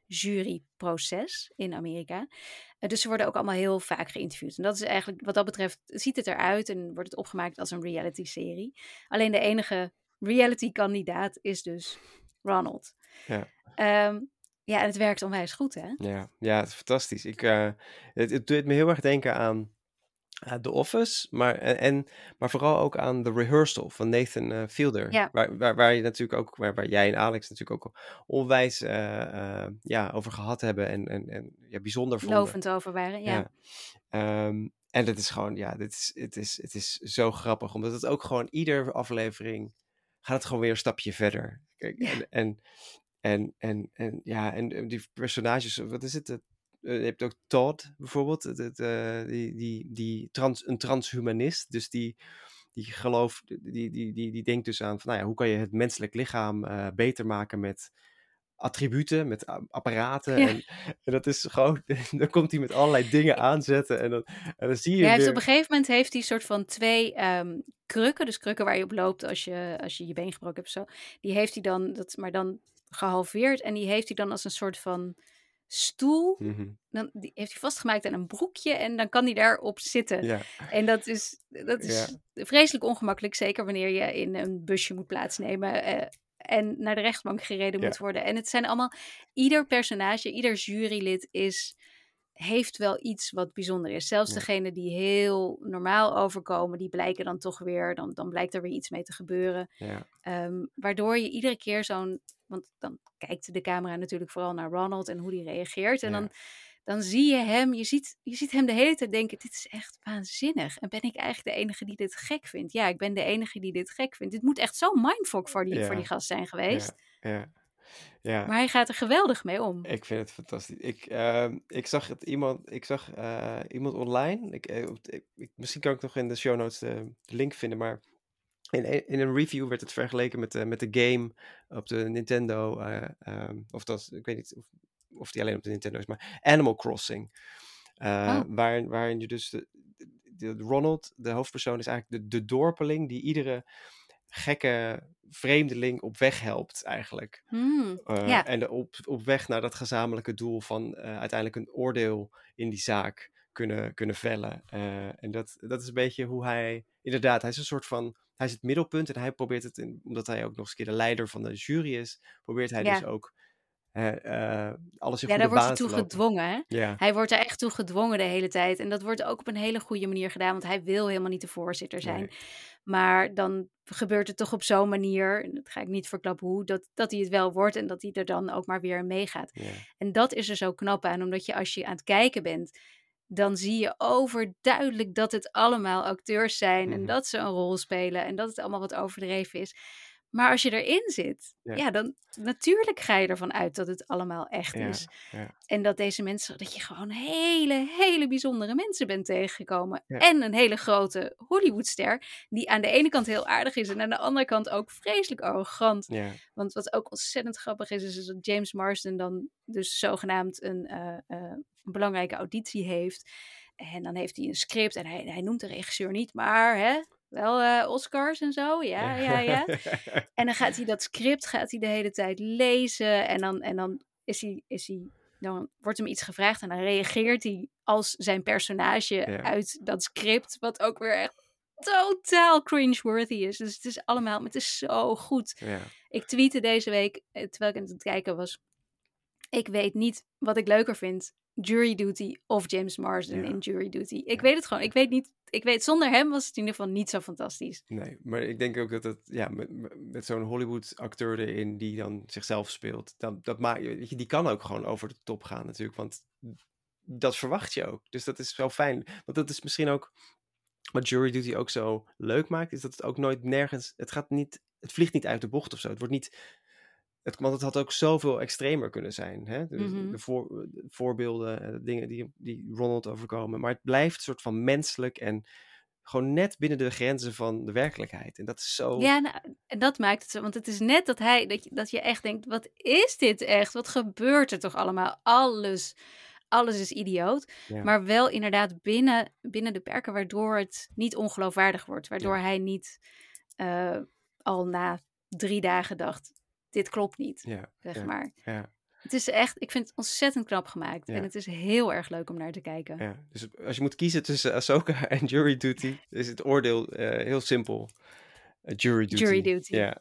juryproces in Amerika. Uh, dus ze worden ook allemaal heel vaak geïnterviewd. En dat is eigenlijk, wat dat betreft, ziet het eruit en wordt het opgemaakt als een reality-serie. Alleen de enige reality-kandidaat is dus Ronald. Ja. Um, ja, en het werkt onwijs goed, hè? Ja, ja, het is fantastisch. Ik, uh, het, het doet me heel erg denken aan uh, The Office, maar, en, maar vooral ook aan The Rehearsal van Nathan uh, Fielder. Ja. Waar, waar, waar je natuurlijk ook, waar, waar jij en Alex natuurlijk ook onwijs uh, uh, ja, over gehad hebben en, en, en ja, bijzonder vonden. Lovend over waren, ja. ja. Um, en het is gewoon, ja, dit is, het, is, het is zo grappig, omdat het ook gewoon iedere aflevering gaat het gewoon weer een stapje verder. Kijk, Ja. en, en En, en, en ja, en die personages, wat is het? Uh, je hebt ook Todd bijvoorbeeld, het, het, uh, die, die, die trans, een transhumanist, dus die, die gelooft, die, die, die, die denkt dus aan van, nou ja, hoe kan je het menselijk lichaam uh, beter maken met attributen, met apparaten. Ja. En, en dat is gewoon, dan komt hij met allerlei dingen aanzetten en dan, en dan zie je ja, hij weer... heeft op een gegeven moment heeft hij een soort van twee um, krukken, dus krukken waar je op loopt als je als je, je been gebroken hebt of zo. Die heeft hij dan, dat, maar dan gehalveerd en die heeft hij dan als een soort van stoel. Mm-hmm. Dan die heeft hij vastgemaakt aan een broekje en dan kan hij daarop zitten. Ja. En dat is, dat is ja. vreselijk ongemakkelijk, zeker wanneer je in een busje moet plaatsnemen uh, en naar de rechtbank gereden ja. moet worden. En het zijn allemaal, ieder personage, ieder jurylid is, heeft wel iets wat bijzonder is. Zelfs ja. degene die heel normaal overkomen, die blijken dan toch weer, dan, dan blijkt er weer iets mee te gebeuren. Ja. Um, waardoor je iedere keer zo'n, want dan kijkt de camera natuurlijk vooral naar Ronald en hoe die reageert. En ja. dan, dan zie je hem, je ziet, je ziet hem de hele tijd denken, dit is echt waanzinnig. En ben ik eigenlijk de enige die dit gek vindt? Ja, ik ben de enige die dit gek vindt. Dit moet echt zo'n mindfuck voor die, ja. voor die gast zijn geweest. Ja. Ja. Ja. Maar hij gaat er geweldig mee om. Ik vind het fantastisch. Ik, uh, ik zag het iemand, ik zag uh, iemand online. Ik, uh, ik, ik, misschien kan ik nog in de show notes de, de link vinden, maar in, in een review werd het vergeleken met de, met de game op de Nintendo. Uh, um, of dat, ik weet niet of, of die alleen op de Nintendo is, maar Animal Crossing. Uh, oh. waarin, waarin je dus de, de, de Ronald, de hoofdpersoon, is eigenlijk de, de dorpeling die iedere gekke vreemdeling op weg helpt eigenlijk. Hmm, uh, ja. En de op, op weg naar dat gezamenlijke doel van uh, uiteindelijk een oordeel in die zaak kunnen, kunnen vellen. Uh, en dat, dat is een beetje hoe hij, inderdaad, hij is een soort van, hij is het middelpunt en hij probeert het, in, omdat hij ook nog eens een keer de leider van de jury is, probeert hij ja. dus ook Uh, uh, alles in ja, daar wordt hij toe lopen. gedwongen. Hè? Ja. Hij wordt er echt toe gedwongen de hele tijd. En dat wordt ook op een hele goede manier gedaan, want hij wil helemaal niet de voorzitter zijn. Nee. Maar dan gebeurt het toch op zo'n manier, dat ga ik niet verklappen hoe, dat, dat hij het wel wordt en dat hij er dan ook maar weer meegaat. Ja. En dat is er zo knap aan, omdat je als je aan het kijken bent, dan zie je overduidelijk dat het allemaal acteurs zijn mm-hmm. en dat ze een rol spelen en dat het allemaal wat overdreven is. Maar als je erin zit, ja. ja, dan natuurlijk ga je ervan uit dat het allemaal echt ja, is. Ja. En dat deze mensen, dat je gewoon hele, hele bijzondere mensen bent tegengekomen. Ja. En een hele grote Hollywoodster, die aan de ene kant heel aardig is en aan de andere kant ook vreselijk arrogant. Ja. Want wat ook ontzettend grappig is, is dat James Marsden dan dus zogenaamd een, uh, uh, een belangrijke auditie heeft. En dan heeft hij een script en hij, hij noemt de regisseur niet, maar hè... Wel uh, Oscars en zo, ja, ja, ja. En dan gaat hij dat script gaat hij de hele tijd lezen. En dan, en dan, is hij, is hij, dan wordt hem iets gevraagd en dan reageert hij als zijn personage ja. uit dat script. Wat ook weer echt totaal cringeworthy is. Dus het is allemaal, het is zo goed. Ja. Ik tweette deze week, terwijl ik aan het kijken was. Ik weet niet wat ik leuker vind. Jury Duty of James Marsden Ja. in Jury Duty. Ik Ja. weet het gewoon. Ik weet niet. Ik weet, zonder hem was het in ieder geval niet zo fantastisch. Nee, maar ik denk ook dat het, ja, met, met met zo'n Hollywood-acteur erin die dan zichzelf speelt, dat, dat maakt, weet je, die kan ook gewoon over de top gaan natuurlijk, want dat verwacht je ook. Dus dat is wel fijn, want dat is misschien ook wat Jury Duty ook zo leuk maakt, is dat het ook nooit nergens, het gaat niet, het vliegt niet uit de bocht of zo. Het wordt niet, het, want het had ook zoveel extremer kunnen zijn. Hè? Dus Mhm. de, voor, de voorbeelden, eh, de dingen die, die Ronald overkomen. Maar het blijft een soort van menselijk en gewoon net binnen de grenzen van de werkelijkheid. En dat is zo... Ja, nou, en dat maakt het zo. Want het is net dat hij, dat je, dat je echt denkt, wat is dit echt? Wat gebeurt er toch allemaal? Alles, alles is idioot. Ja. Maar wel inderdaad binnen, binnen de perken, waardoor het niet ongeloofwaardig wordt. Waardoor Ja. hij niet eh, al na drie dagen dacht, dit klopt niet, Ja, zeg ja, maar. ja, Het is echt, ik vind het ontzettend knap gemaakt. Ja. En het is heel erg leuk om naar te kijken. ja. Dus als je moet kiezen tussen Ahsoka en Jury Duty, is het oordeel eh, heel simpel. Eh, Jury Duty. Jury Duty. Ja.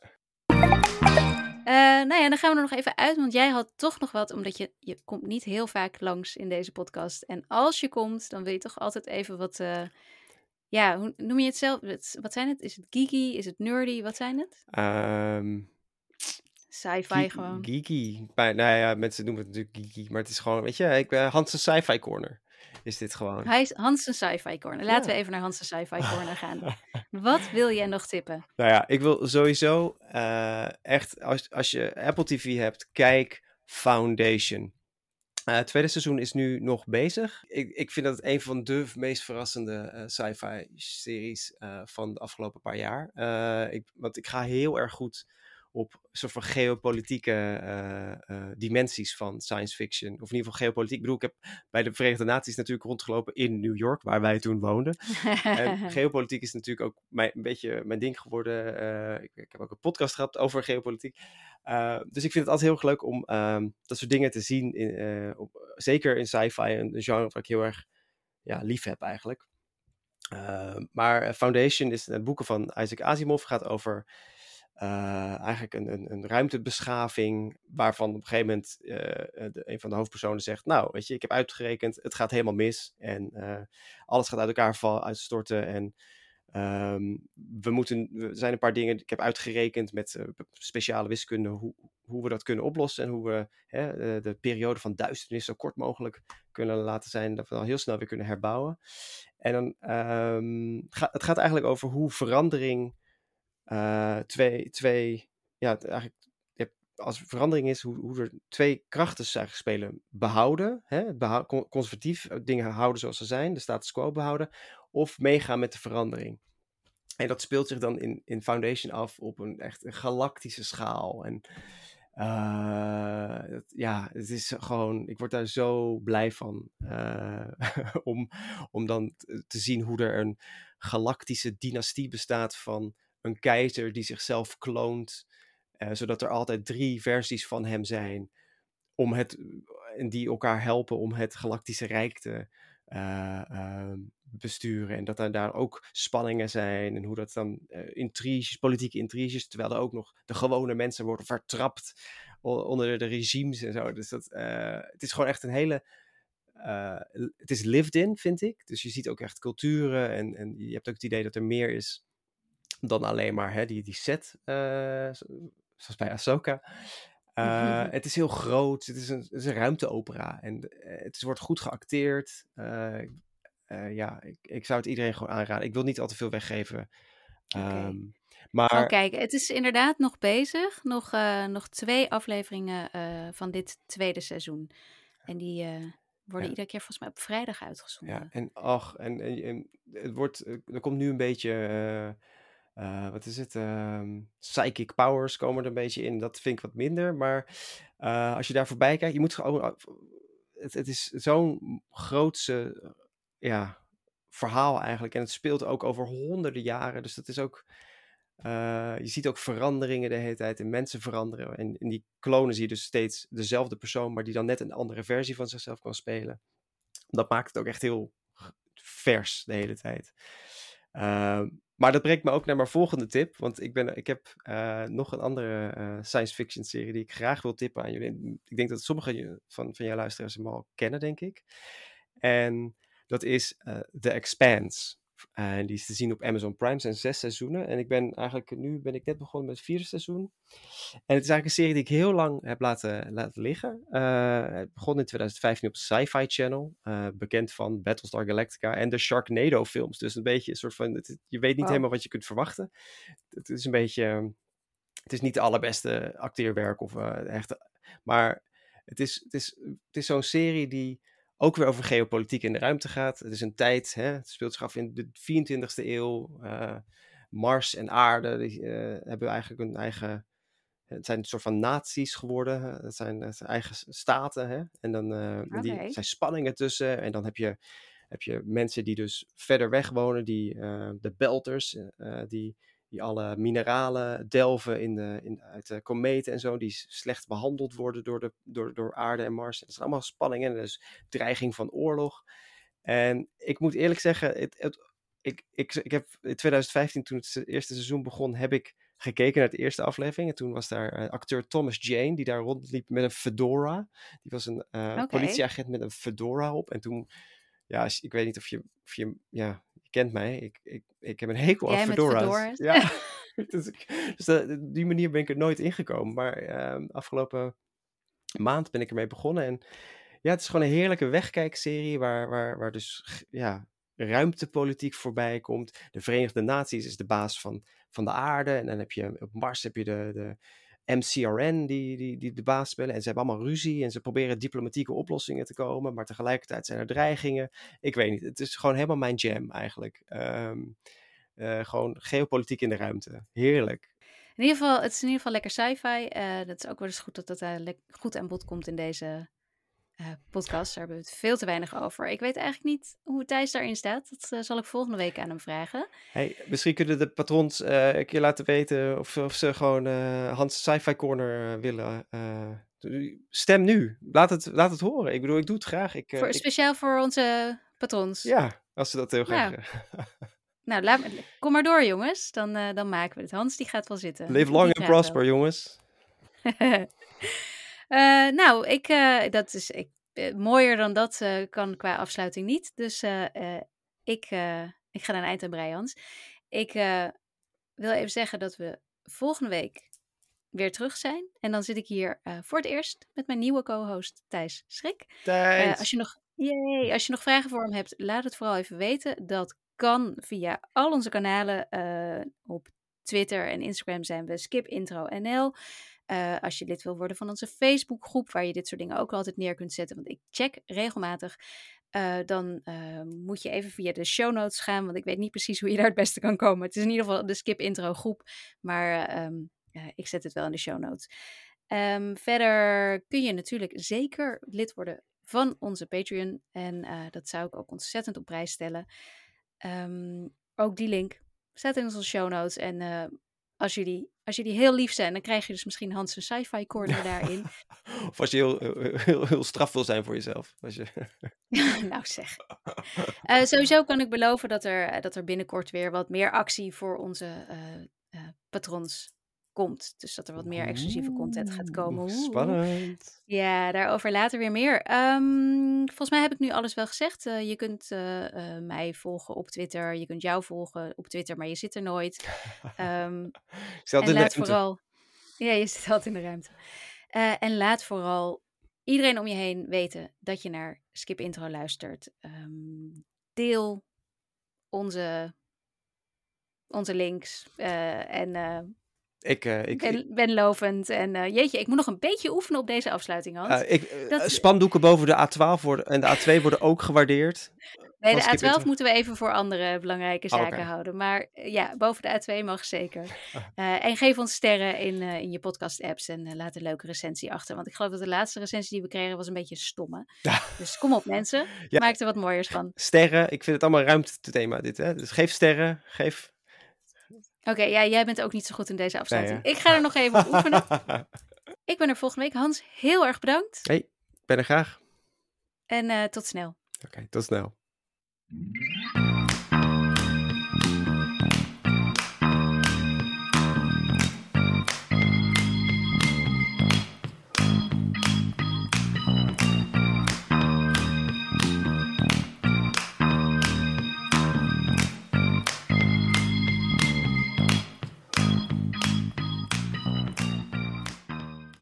Eh, nou ja, dan gaan we er nog even uit, want jij had toch nog wat, omdat je, je komt niet heel vaak langs in deze podcast. En als je komt, dan wil je toch altijd even wat, eh, ja, hoe noem je het zelf? Wat, wat zijn het? Is het geeky? Is het nerdy? Wat zijn het? Ehm, Sci-fi Ge- gewoon. Geeky. Maar, nou ja, mensen noemen het natuurlijk geeky, maar het is gewoon, weet je, ik ben Hans' Sci-Fi Corner. Is dit gewoon. Hij is Hans' Sci-Fi Corner. Laten Ja. we even naar Hans' Sci-Fi Corner gaan. Wat wil jij nog tippen? Nou ja, ik wil sowieso eh, echt, als, als je Apple T V hebt, kijk Foundation. Eh, het tweede seizoen is nu nog bezig. Ik, ik vind dat het een van de meest verrassende eh, sci-fi series eh, van de afgelopen paar jaar. Eh, ik, want ik ga heel erg goed op een soort van geopolitieke eh, eh, dimensies van science fiction. Of in ieder geval geopolitiek. Ik bedoel, ik heb bij de Verenigde Naties natuurlijk rondgelopen in New York, waar wij toen woonden. En geopolitiek is natuurlijk ook mijn, een beetje mijn ding geworden. Uh, ik, ik heb ook een podcast gehad over geopolitiek. Uh, dus ik vind het altijd heel erg leuk om uh, dat soort dingen te zien. In, uh, op, zeker in sci-fi, een, een genre waar ik heel erg ja, lief heb eigenlijk. Uh, maar Foundation is het boeken van Isaac Asimov. Gaat over uh, eigenlijk een, een, een ruimtebeschaving. Waarvan op een gegeven moment uh, de, een van de hoofdpersonen zegt: nou, weet je, ik heb uitgerekend, het gaat helemaal mis. En uh, alles gaat uit elkaar vallen, uitstorten. En um, we moeten, er zijn een paar dingen, ik heb uitgerekend met uh, speciale wiskunde hoe, hoe we dat kunnen oplossen. En hoe we hè, de, de periode van duisternis zo kort mogelijk kunnen laten zijn. Dat we dan heel snel weer kunnen herbouwen. En dan um, ga, het gaat eigenlijk over hoe verandering uh, twee, twee, ja, eigenlijk ja, als verandering is, hoe, hoe er twee krachten eigenlijk spelen. Behouden, hè, behoud, conservatief dingen houden zoals ze zijn, de status quo behouden, of meegaan met de verandering. En dat speelt zich dan in, in Foundation af op een echt een galactische schaal. En uh, het, ja, het is gewoon, ik word daar zo blij van. Uh, om, om dan te zien hoe er een galactische dynastie bestaat van een keizer die zichzelf kloont. Uh, zodat er altijd drie versies van hem zijn. Om het, en die elkaar helpen om het galactische rijk te uh, uh, besturen. En dat er daar ook spanningen zijn. En hoe dat dan uh, intriges, politieke intriges. Terwijl er ook nog de gewone mensen worden vertrapt onder de regimes en zo. Dus dat, uh, het is gewoon echt een hele... Uh, het is lived in, vind ik. Dus je ziet ook echt culturen. En, en je hebt ook het idee dat er meer is dan alleen maar hè, die, die set. Uh, zoals bij Ahsoka. Uh, het is heel groot. Het is een, het is een ruimteopera. En uh, het wordt goed geacteerd. Uh, uh, ja, ik, ik zou het iedereen gewoon aanraden. Ik wil niet al te veel weggeven. Okay. Um, maar... Gewoon kijken. Het is inderdaad nog bezig. Nog, uh, nog twee afleveringen uh, van dit tweede seizoen. En die uh, worden ja. iedere keer volgens mij op vrijdag uitgezonden. Ja, en ach, en, en, en het wordt, er komt nu een beetje... Uh, Uh, wat is het? Uh, psychic powers komen er een beetje in. Dat vind ik wat minder. Maar uh, als je daar voorbij kijkt, je moet gewoon. Het, het is zo'n grootse ja, verhaal eigenlijk. En het speelt ook over honderden jaren. Dus dat is ook. Uh, je ziet ook veranderingen de hele tijd. En mensen veranderen. En in die klonen zie je dus steeds dezelfde persoon, maar die dan net een andere versie van zichzelf kan spelen. Dat maakt het ook echt heel vers de hele tijd. Uh, maar dat brengt me ook naar mijn volgende tip. Want ik, ben, ik heb uh, nog een andere uh, science fiction serie die ik graag wil tippen aan jullie. Ik denk dat sommige van, van jouw luisteraars hem al kennen, denk ik. En dat is uh, The Expanse. En uh, die is te zien op Amazon Prime. Het zijn zes seizoenen. En ik ben eigenlijk, nu ben ik net begonnen met het vierde seizoen. En het is eigenlijk een serie die ik heel lang heb laten, laten liggen. Uh, het begon in twintig vijftien op Sci-Fi Channel. Uh, bekend van Battlestar Galactica en de Sharknado films. Dus een beetje een soort van, het, je weet niet wow. helemaal wat je kunt verwachten. Het is een beetje, het is niet de allerbeste acteerwerk of uh, echt. Maar het is, het is, het is zo'n serie die ook weer over geopolitiek in de ruimte gaat. Het is een tijd, hè, het speelt zich af in de vierentwintigste eeuw. Uh, Mars en aarde die, uh, hebben eigenlijk een eigen... Het zijn een soort van naties geworden. Het zijn, het zijn eigen staten. Hè? En dan uh, okay. die, zijn spanningen tussen. En dan heb je, heb je mensen die dus verder weg wonen. Die, uh, de belters. Uh, die, die alle mineralen delven in de, in, uit de kometen en zo. Die slecht behandeld worden door, de, door, door aarde en Mars. Dat zijn allemaal spanningen. Dus dreiging van oorlog. En ik moet eerlijk zeggen. Het, het, ik, ik, ik heb in twintig vijftien, toen het eerste seizoen begon, heb ik gekeken naar de eerste aflevering. En toen was daar uh, acteur Thomas Jane, die daar rondliep met een fedora. Die was een uh, okay. politieagent met een fedora op. En toen, ja, ik weet niet of je, of je ja, je kent mij. Ik, ik, ik heb een hekel aan fedora's. Ja, dus, dus uh, die manier ben ik er nooit ingekomen. Maar uh, afgelopen maand ben ik ermee begonnen. En ja, het is gewoon een heerlijke wegkijkserie waar, waar, waar dus, ja, ruimtepolitiek voorbij komt. De Verenigde Naties is de baas van, van de aarde. En dan heb je op Mars heb je de, de M C R N die, die, die de baas spelen. En ze hebben allemaal ruzie en ze proberen diplomatieke oplossingen te komen. Maar tegelijkertijd zijn er dreigingen. Ik weet niet, het is gewoon helemaal mijn jam eigenlijk. Um, uh, gewoon geopolitiek in de ruimte. Heerlijk. In ieder geval, het is in ieder geval lekker sci-fi. Uh, dat is ook wel eens goed dat dat uh, le- goed aan bod komt in deze Uh, podcast, daar hebben we het veel te weinig over. Ik weet eigenlijk niet hoe Thijs daarin staat. Dat uh, zal ik volgende week aan hem vragen. Hey, misschien kunnen de patrons uh, een keer laten weten of, of ze gewoon uh, Hans Sci-Fi Corner uh, willen. Uh, stem nu. Laat het, laat het horen. Ik bedoel, ik doe het graag. Ik, uh, voor, ik... Speciaal voor onze patrons. Ja, als ze dat heel graag nou. nou, laat, kom maar door, jongens. Dan, uh, dan maken we het. Hans, die gaat wel zitten. Live long and prosper, wel. Jongens. Uh, nou, ik, uh, dat is ik, uh, mooier dan dat uh, kan qua afsluiting niet. Dus uh, uh, ik, uh, ik ga naar een eind aan breien, Hans. Ik uh, wil even zeggen dat we volgende week weer terug zijn. En dan zit ik hier uh, voor het eerst met mijn nieuwe co-host Thijs Schrik. Thijs! Uh, als, je nog, yay, als je nog vragen voor hem hebt, laat het vooral even weten. Dat kan via al onze kanalen. Uh, op Twitter en Instagram zijn we Skip Intro N L. Uh, als je lid wil worden van onze Facebookgroep, waar je dit soort dingen ook altijd neer kunt zetten, want ik check regelmatig, uh, dan uh, moet je even via de show notes gaan, want ik weet niet precies hoe je daar het beste kan komen. Het is in ieder geval de Skip Intro groep, maar uh, um, uh, ik zet het wel in de show notes. Um, verder kun je natuurlijk zeker lid worden van onze Patreon en uh, dat zou ik ook ontzettend op prijs stellen. Um, ook die link staat in onze show notes en uh, Als jullie, als jullie heel lief zijn, dan krijg je dus misschien Hans een sci-fi corner daarin. Of als je heel, heel, heel straf wil zijn voor jezelf. Als je... nou zeg. Uh, sowieso kan ik beloven dat er, dat er binnenkort weer wat meer actie voor onze uh, uh, patrons komt. Dus dat er wat meer exclusieve content gaat komen. Oeh. Spannend. Ja, daarover later weer meer. Um, volgens mij heb ik nu alles wel gezegd. Uh, je kunt uh, uh, mij volgen op Twitter. Je kunt jou volgen op Twitter, maar je zit er nooit. Um, en in laat vooral... Ja, je zit altijd in de ruimte. Uh, en laat vooral iedereen om je heen weten dat je naar Skip Intro luistert. Um, deel onze, onze links uh, en... Uh, Ik, uh, ik ben, ben lovend. En uh, jeetje, ik moet nog een beetje oefenen op deze afsluiting, Hans. Uh, ik, uh, dat... Spandoeken boven de A twaalf worden, en de A twee worden ook gewaardeerd. Nee, de A twaalf moeten we even voor andere belangrijke zaken oh, okay. houden. Maar uh, ja, boven de A twee mag zeker. Uh, en geef ons sterren in, uh, in je podcast-apps en uh, laat een leuke recensie achter. Want ik geloof dat de laatste recensie die we kregen was een beetje stomme. Ja. Dus kom op mensen, ja. Maak er wat mooiers van. Sterren, ik vind het allemaal ruimtethema dit. Hè? Dus geef sterren, geef... Oké, okay, ja, jij bent ook niet zo goed in deze afsluiting. Nee, ik ga er nog even op oefenen. Ik ben er volgende week. Hans, heel erg bedankt. Hey, ik ben er graag. En uh, tot snel. Oké, okay, tot snel.